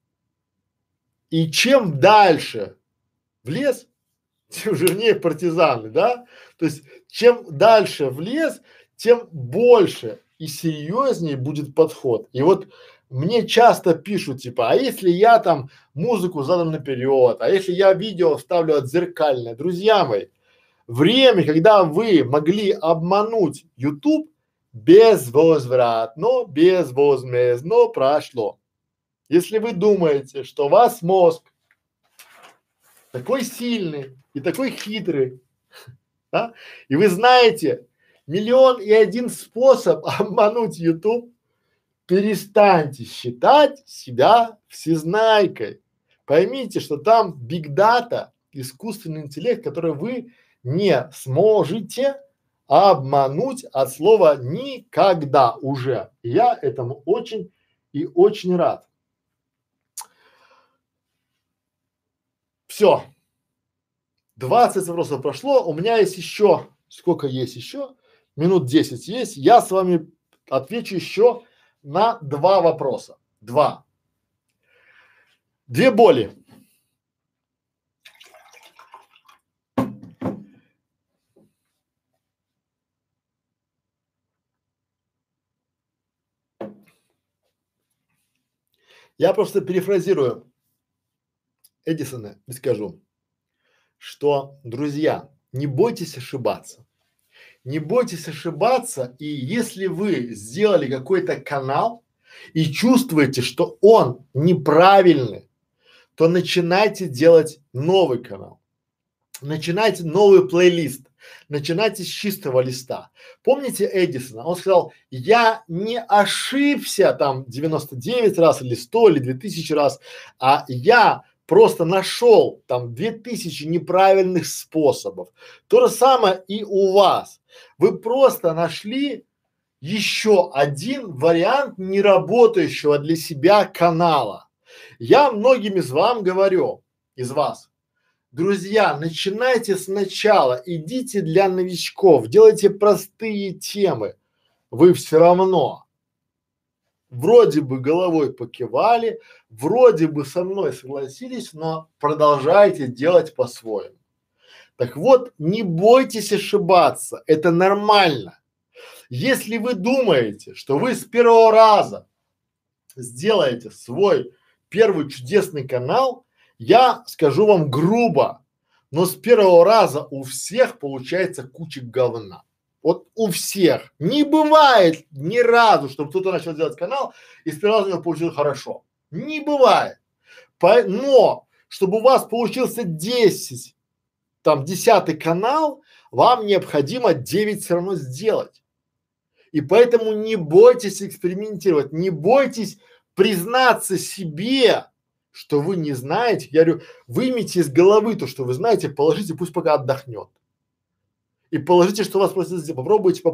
И чем дальше в лес, тем жирнее партизаны, да? То есть, чем дальше в лес, тем больше и серьезнее будет подход. И вот мне часто пишут, типа, а если я там музыку задам наперед, а если я видео ставлю отзеркальное? Друзья мои, время, когда вы могли обмануть YouTube, безвозвратно прошло. Если вы думаете, что у вас мозг такой сильный и такой хитрый, да, и вы знаете 1 000 001 способ обмануть YouTube, перестаньте считать себя всезнайкой. Поймите, что там big data, искусственный интеллект, который вы не сможете обмануть от слова никогда уже. И я этому очень и очень рад. Все. 20 вопросов прошло. У меня есть еще, сколько есть еще? Минут 10 есть. Я с вами отвечу еще на 2 вопроса. 2 боли. Я просто перефразирую Эдисона и скажу, что, друзья, не бойтесь ошибаться. Не бойтесь ошибаться, и если вы сделали какой-то канал и чувствуете, что он неправильный, то начинайте делать новый канал. Начинайте новый плейлист. Начинайте с чистого листа. Помните Эдисона? Он сказал, я не ошибся там 99 раз или 100 или 2000 раз, а я просто нашел там 2000 неправильных способов. То же самое и у вас. Вы просто нашли еще один вариант неработающего для себя канала. Я многим из вам говорю, из вас, друзья, начинайте сначала, идите для новичков, делайте простые темы. Вы все равно вроде бы головой покивали, вроде бы со мной согласились, но продолжайте делать по-своему. Так вот, не бойтесь ошибаться, это нормально. Если вы думаете, что вы с первого раза сделаете свой первый чудесный канал, я скажу вам грубо, но с первого раза у всех получается куча говна. Вот у всех. Не бывает ни разу, чтобы кто-то начал делать канал и с первого раза у него получилось хорошо. Не бывает. Но, чтобы у вас получился 10, там, 10-й канал, вам необходимо 9 все равно сделать. И поэтому не бойтесь экспериментировать, не бойтесь признаться себе, что вы не знаете. Я говорю, вымейте из головы то, что вы знаете, положите, пусть пока отдохнет. И положите, что вас просят сделать.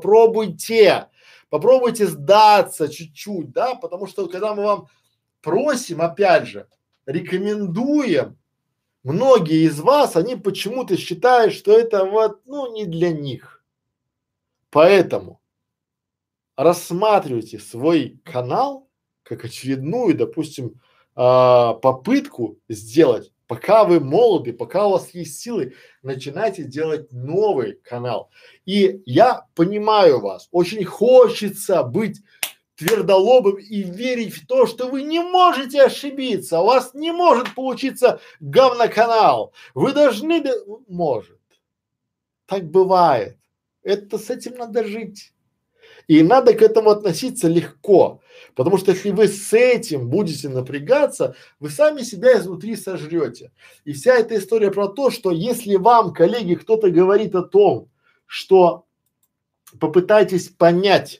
Попробуйте сдаться чуть-чуть, да, потому что когда мы вам просим, опять же, рекомендуем, многие из вас, они почему-то считают, что это вот, ну, не для них. Поэтому рассматривайте свой канал как очередную, допустим, попытку сделать, пока вы молоды, пока у вас есть силы, начинайте делать новый канал. И я понимаю вас, очень хочется быть твердолобым и верить в то, что вы не можете ошибиться, у вас не может получиться говноканал, вы должны, может, так бывает, это с этим надо жить. И надо к этому относиться легко, потому что если вы с этим будете напрягаться, вы сами себя изнутри сожрете. И вся эта история про то, что если вам, коллеги, кто-то говорит о том, что попытайтесь понять,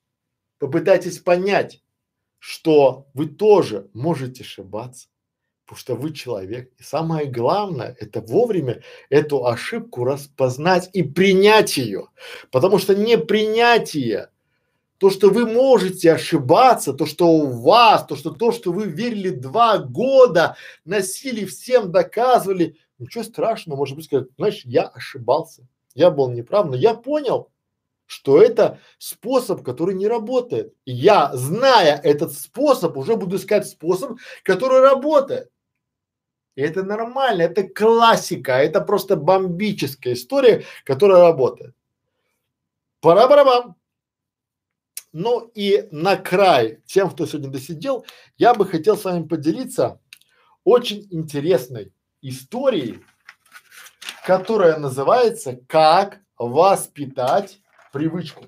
что вы тоже можете ошибаться, потому что вы человек. И самое главное, это вовремя эту ошибку распознать и принять ее. Потому что непринятие, то, что вы можете ошибаться, то, что у вас, то, что вы верили 2 года, носили, всем доказывали, ничего страшного, может быть, сказать, знаешь, я ошибался, я был неправ, но я понял, что это способ, который не работает. И я, зная этот способ, уже буду искать способ, который работает. И это нормально, это классика, это просто бомбическая история, которая работает. Пора-барабам. Ну и на край тем, кто сегодня досидел, я бы хотел с вами поделиться очень интересной историей, которая называется «Как воспитать привычку».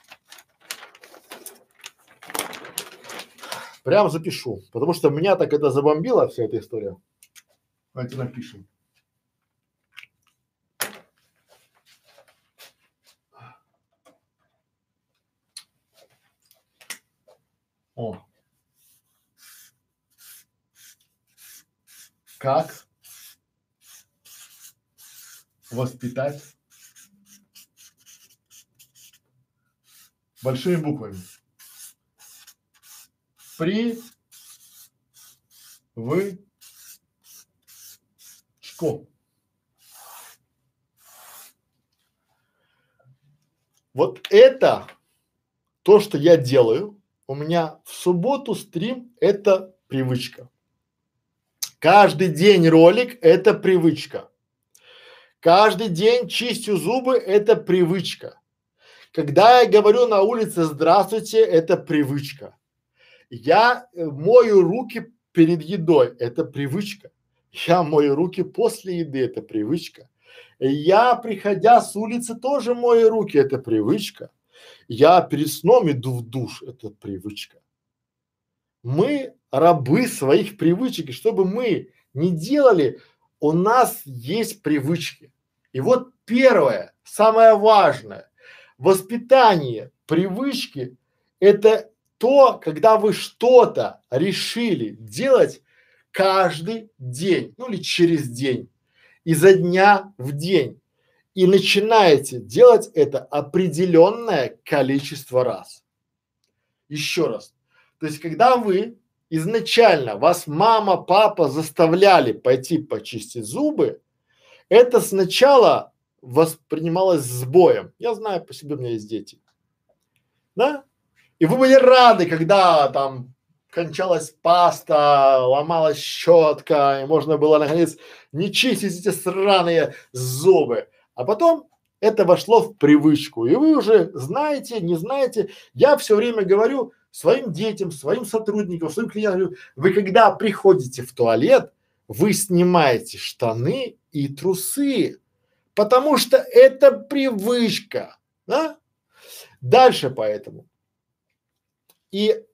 Прям запишу, потому что меня так это забомбило, вся эта история. Давайте напишем. О. Как воспитать большими буквами привычку. Вот это то, что я делаю. У меня в субботу стрим – это привычка. Каждый день ролик – это привычка. Каждый день чистю зубы – это привычка. Когда я говорю на улице «здравствуйте» – это привычка. Я мою руки перед едой – это привычка. Я мою руки после еды – это привычка. Я, приходя с улицы, тоже мою руки – это привычка. Я перед сном иду в душ – это привычка. Мы рабы своих привычек, и что бы мы ни делали, у нас есть привычки. И вот первое, самое важное, воспитание привычки – это то, когда вы что-то решили делать каждый день, ну или через день, изо дня в день, и начинаете делать это определенное количество раз. Еще раз. То есть, когда вы изначально вас мама, папа заставляли пойти почистить зубы, это сначала воспринималось с боем. Я знаю по себе, у меня есть дети. Да? И вы были рады, когда там кончалась паста, ломалась щетка, и можно было наконец не чистить эти сраные зубы. А потом это вошло в привычку, и вы уже знаете, не знаете. Я все время говорю своим детям, своим сотрудникам, своим клиентам, говорю, вы когда приходите в туалет, вы снимаете штаны и трусы, потому что это привычка, да? Дальше поэтому. И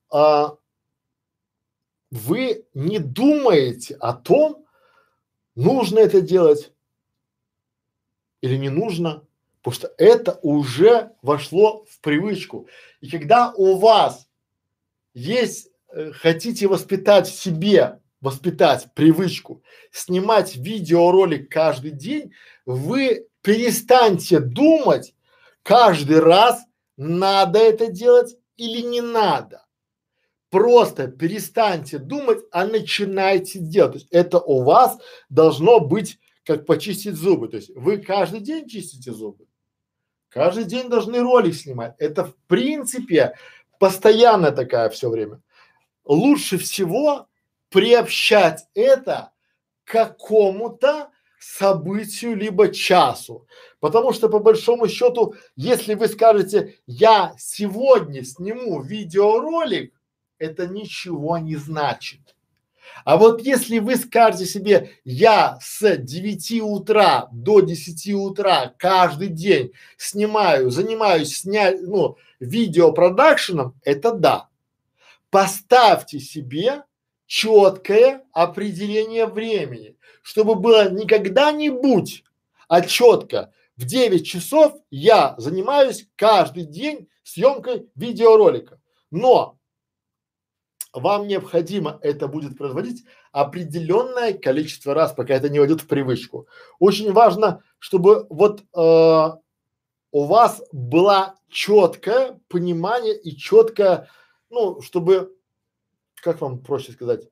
вы не думаете о том, нужно это делать или не нужно, потому что это уже вошло в привычку. И когда у вас есть, хотите воспитать в себе, воспитать привычку, снимать видеоролик каждый день, вы перестаньте думать каждый раз, надо это делать или не надо. Просто перестаньте думать, а начинайте делать. То есть это у вас должно быть как почистить зубы. То есть вы каждый день чистите зубы, каждый день должны ролик снимать. Это в принципе постоянно такая все время. Лучше всего приобщать это к какому-то событию либо часу. Потому что по большому счету, если вы скажете, я сегодня сниму видеоролик, это ничего не значит. А вот если вы скажете себе, я с 9 утра до 10 утра каждый день снимаю, занимаюсь видеопродакшеном, это да. Поставьте себе четкое определение времени, чтобы было не когда-нибудь, а четко. В 9 часов я занимаюсь каждый день съемкой видеоролика. Но вам необходимо это будет производить определенное количество раз, пока это не войдет в привычку. Очень важно, чтобы вот у вас было четкое понимание и четкое, чтобы, как вам проще сказать,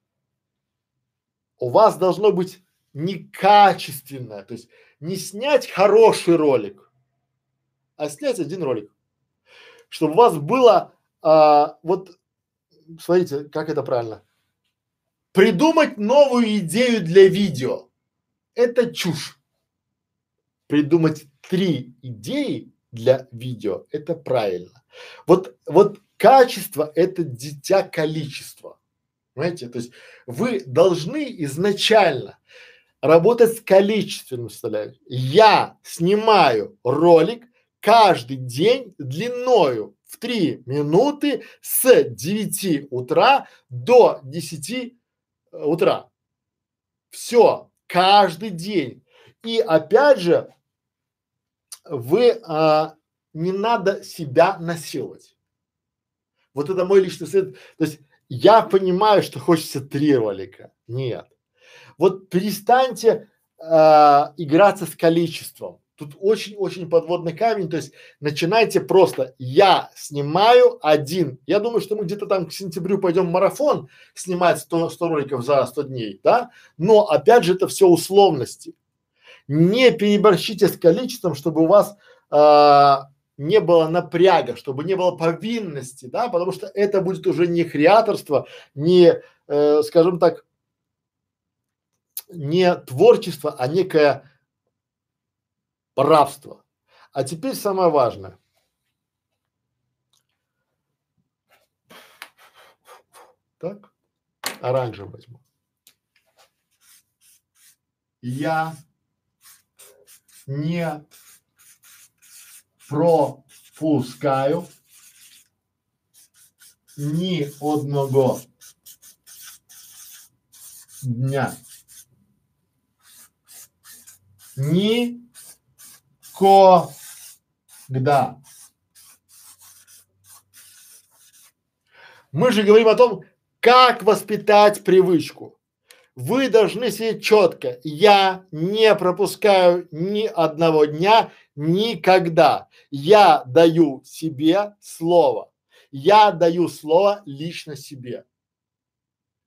у вас должно быть некачественное, то есть не снять хороший ролик, а снять один ролик, чтобы у вас было вот смотрите, как это правильно. Придумать новую идею для видео – это чушь. Придумать 3 идеи для видео – это правильно. Вот качество – это дитя количества. Понимаете? То есть вы должны изначально работать с количественным составляющим. Я снимаю ролик каждый день длиною в 3 минуты с 9 утра до 10 утра. Все, каждый день. И опять же, вы не надо себя насиловать. Вот это мой личный совет. То есть я понимаю, что хочется 3 ролика. Нет. Вот перестаньте играться с количеством. Тут очень-очень подводный камень, то есть начинайте просто, я снимаю один, я думаю, что мы где-то там к сентябрю пойдем марафон снимать 100 роликов за 100 дней, да, но опять же это все условности. Не переборщите с количеством, чтобы у вас не было напряга, чтобы не было повинности, да, потому что это будет уже не креаторство, не, скажем так, не творчество, а некое рабство. А теперь самое важное. Так, оранжевый возьму. Я не пропускаю ни одного дня. Никогда. Мы же говорим о том, как воспитать привычку. Вы должны себе четко, я не пропускаю ни одного дня никогда. Я даю себе слово. Я даю слово лично себе.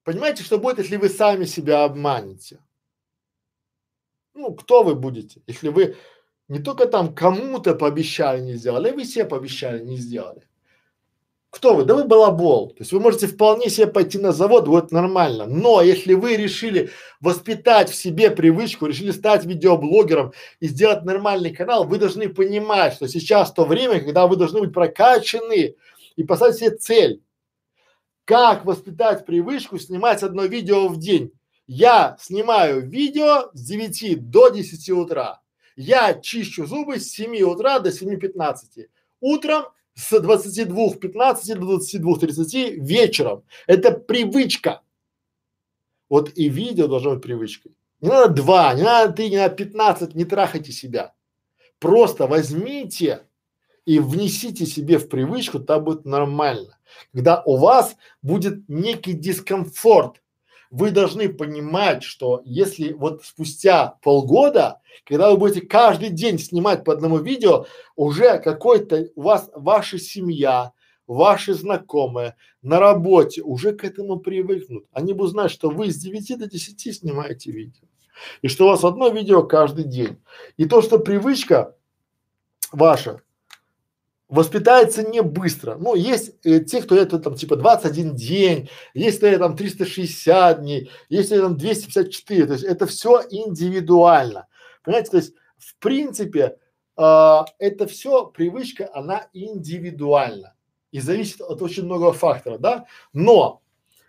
Понимаете, что будет, если вы сами себя обманете? Ну, кто вы будете, если вы не только там кому-то пообещали, не сделали, а вы себе пообещали, не сделали? Кто вы? Да вы балабол. То есть вы можете вполне себе пойти на завод, вот нормально. Но если вы решили воспитать в себе привычку, решили стать видеоблогером и сделать нормальный канал, вы должны понимать, что сейчас то время, когда вы должны быть прокачаны и поставить себе цель. Как воспитать привычку снимать одно видео в день? Я снимаю видео с 9 до 10 утра. Я чищу зубы с 7 утра до 7:15. Утром с 22:15 до 22:30 вечером. Это привычка. Вот и видео должно быть привычкой. Не надо 2, не надо 3, не надо 15, не трахайте себя. Просто возьмите и внесите себе в привычку, так будет нормально. Когда у вас будет некий дискомфорт, вы должны понимать, что если вот спустя полгода, когда вы будете каждый день снимать по одному видео, уже какой-то у вас, ваша семья, ваши знакомые на работе уже к этому привыкнут. Они будут знать, что вы с 9 до 10 снимаете видео. И что у вас одно видео каждый день. И то, что привычка ваша воспитается не быстро. Ну, есть те, кто это там типа 21 день, есть кто это там 360 дней, есть кто это там 254. То есть это все индивидуально. Понимаете, то есть в принципе это все привычка, она индивидуальна и зависит от очень многого факторов, да. Но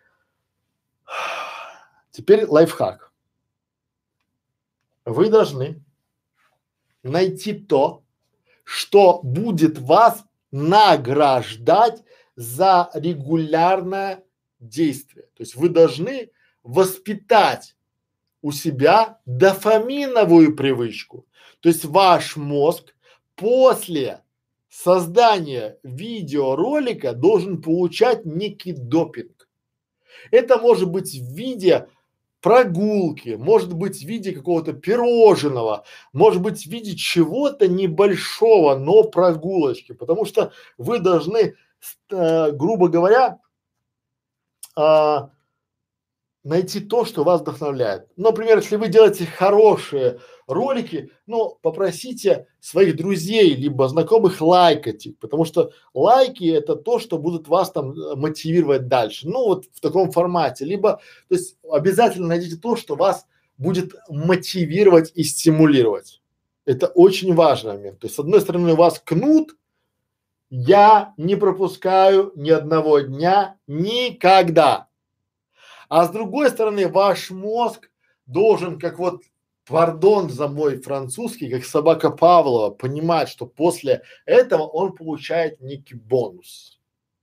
теперь лайфхак. Вы должны найти то, что будет вас награждать за регулярное действие. То есть вы должны воспитать у себя дофаминовую привычку. То есть ваш мозг после создания видеоролика должен получать некий допинг. Это может быть в виде прогулки, может быть в виде какого-то пирожного, может быть в виде чего-то небольшого, но прогулочки, потому что вы должны, грубо говоря, найти то, что вас вдохновляет. Например, если вы делаете хорошие ролики, ну, попросите своих друзей либо знакомых лайкать их, потому что лайки это то, что будут вас там мотивировать дальше. Ну, вот в таком формате. Либо, то есть обязательно найдите то, что вас будет мотивировать и стимулировать. Это очень важный момент. То есть, с одной стороны, у вас кнут, я не пропускаю ни одного дня никогда. А с другой стороны, ваш мозг должен, как вот, пардон за мой французский, как собака Павлова, понимать, что после этого он получает некий бонус.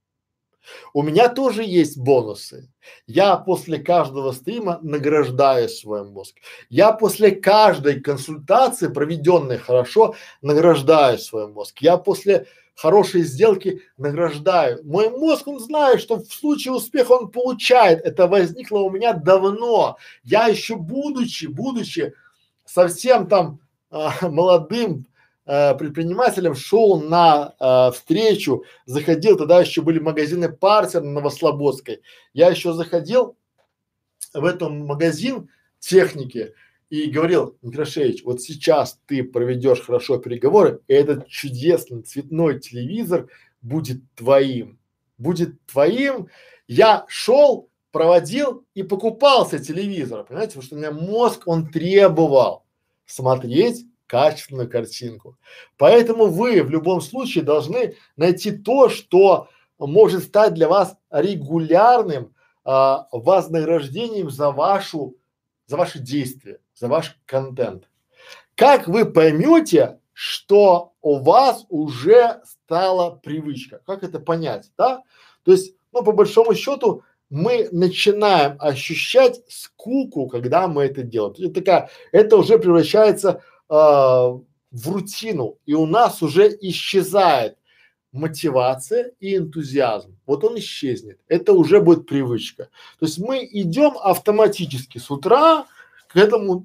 У меня тоже есть бонусы. Я после каждого стрима награждаю свой мозг. Я после каждой консультации, проведенной хорошо, награждаю свой мозг. Я после хорошей сделки награждаю. Мой мозг, он знает, что в случае успеха он получает. Это возникло у меня давно. Я еще будучи совсем там молодым предпринимателем, шел на встречу, заходил, тогда еще были магазины Партер на Новослободской. Я еще заходил в этот магазин техники и говорил: Некрашевич, вот сейчас ты проведешь хорошо переговоры, и этот чудесный цветной телевизор будет твоим. Будет твоим. Я шел, проводил и покупался телевизор, понимаете, потому что у меня мозг, он требовал смотреть качественную картинку. Поэтому вы в любом случае должны найти то, что может стать для вас регулярным вознаграждением за ваши действия, за ваш контент. Как вы поймете, что у вас уже стала привычка? Как это понять, да? То есть, ну, по большому счету, мы начинаем ощущать скуку, когда мы это делаем. Это уже превращается в рутину, и у нас уже исчезает мотивация и энтузиазм. Вот он исчезнет. Это уже будет привычка. То есть мы идем автоматически с утра к этому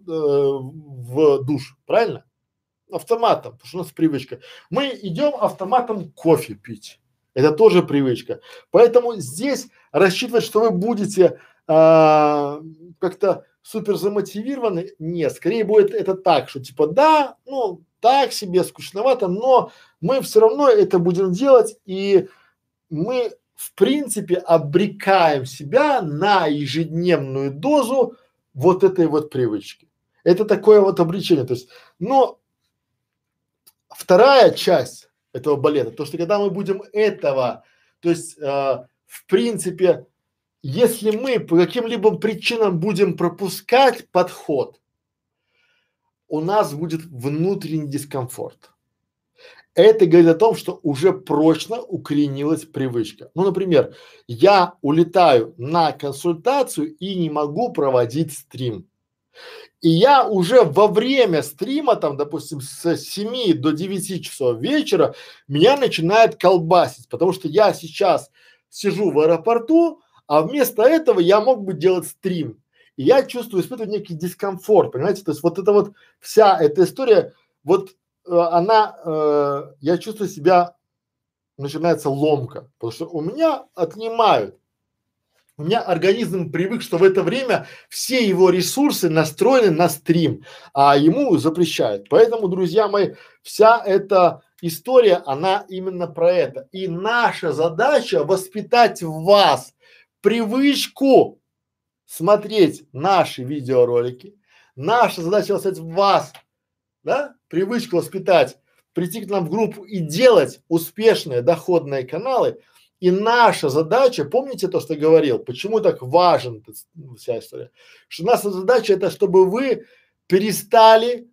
в душ, правильно? Автоматом, потому что у нас привычка. Мы идем автоматом кофе пить. Это тоже привычка. Поэтому здесь рассчитывать, что вы будете как-то супер замотивированы. Нет, скорее будет это так, что типа да, ну так себе скучновато, но мы все равно это будем делать, и мы в принципе обрекаем себя на ежедневную дозу вот этой вот привычки. Это такое вот обречение. То есть, но вторая часть этого балета, то, что когда мы будем этого, то есть в принципе, если мы по каким-либо причинам будем пропускать подход, у нас будет внутренний дискомфорт. Это говорит о том, что уже прочно укоренилась привычка. Ну, например, я улетаю на консультацию и не могу проводить стрим. И я уже во время стрима, там, допустим, с 7 до 9 часов вечера меня начинает колбасить, потому что я сейчас сижу в аэропорту, а вместо этого я мог бы делать стрим. И я чувствую, испытываю некий дискомфорт, понимаете? То есть вот это вот вся эта история, вот я чувствую себя, начинается ломка, потому что у меня отнимают. У меня организм привык, что в это время все его ресурсы настроены на стрим, а ему запрещают. Поэтому, друзья мои, вся эта история, она именно про это. И наша задача воспитать в вас привычку смотреть наши видеоролики. Наша задача воспитать в вас, да, привычку воспитать, прийти к нам в группу и делать успешные доходные каналы. И наша задача, помните то, что я говорил, почему так важен вся история, что наша задача это, чтобы вы перестали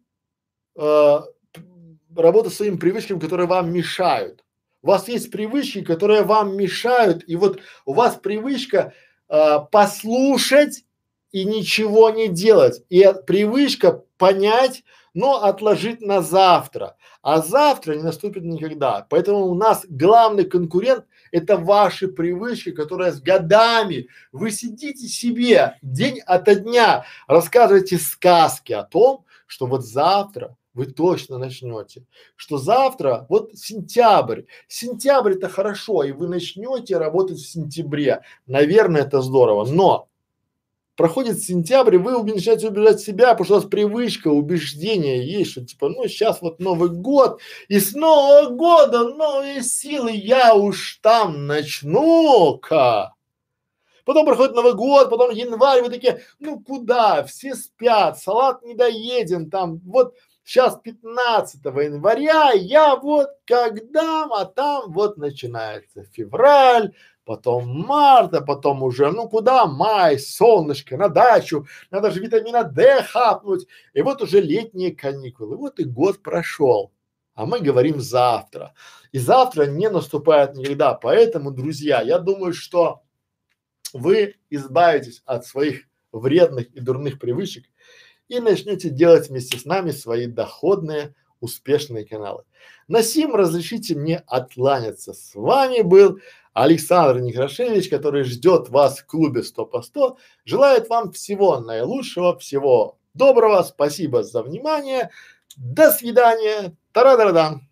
работать своими привычками, которые вам мешают. У вас есть привычки, которые вам мешают, и вот у вас привычка послушать и ничего не делать, и привычка понять, но отложить на завтра, а завтра не наступит никогда. Поэтому у нас главный конкурент – это ваши привычки, которые с годами вы сидите себе день ото дня, рассказываете сказки о том, что вот завтра вы точно начнете, что завтра вот сентябрь это хорошо, и вы начнете работать в сентябре, наверное, это здорово, но проходит сентябрь, и вы начинаете убеждать себя, потому что у вас привычка, убеждение есть, что типа, ну сейчас вот Новый год, и с Нового года новые силы, я уж там начну-ка. Потом проходит Новый год, потом январь, вы такие, ну куда, все спят, салат не доеден, там вот сейчас 15 января, я вот когда, а там вот начинается февраль, потом март, а потом уже, ну куда, май, солнышко, на дачу, надо же витамина D хапнуть, и вот уже летние каникулы, вот и год прошел, а мы говорим завтра, и завтра не наступает никогда, поэтому, друзья, я думаю, что вы избавитесь от своих вредных и дурных привычек и начнете делать вместе с нами свои доходные, успешные каналы. На сим разрешите мне откланяться. С вами был Александр Некрашевич, который ждет вас в клубе 100 по 100. Желает вам всего наилучшего, всего доброго. Спасибо за внимание. До свидания. Тара-дара-дан.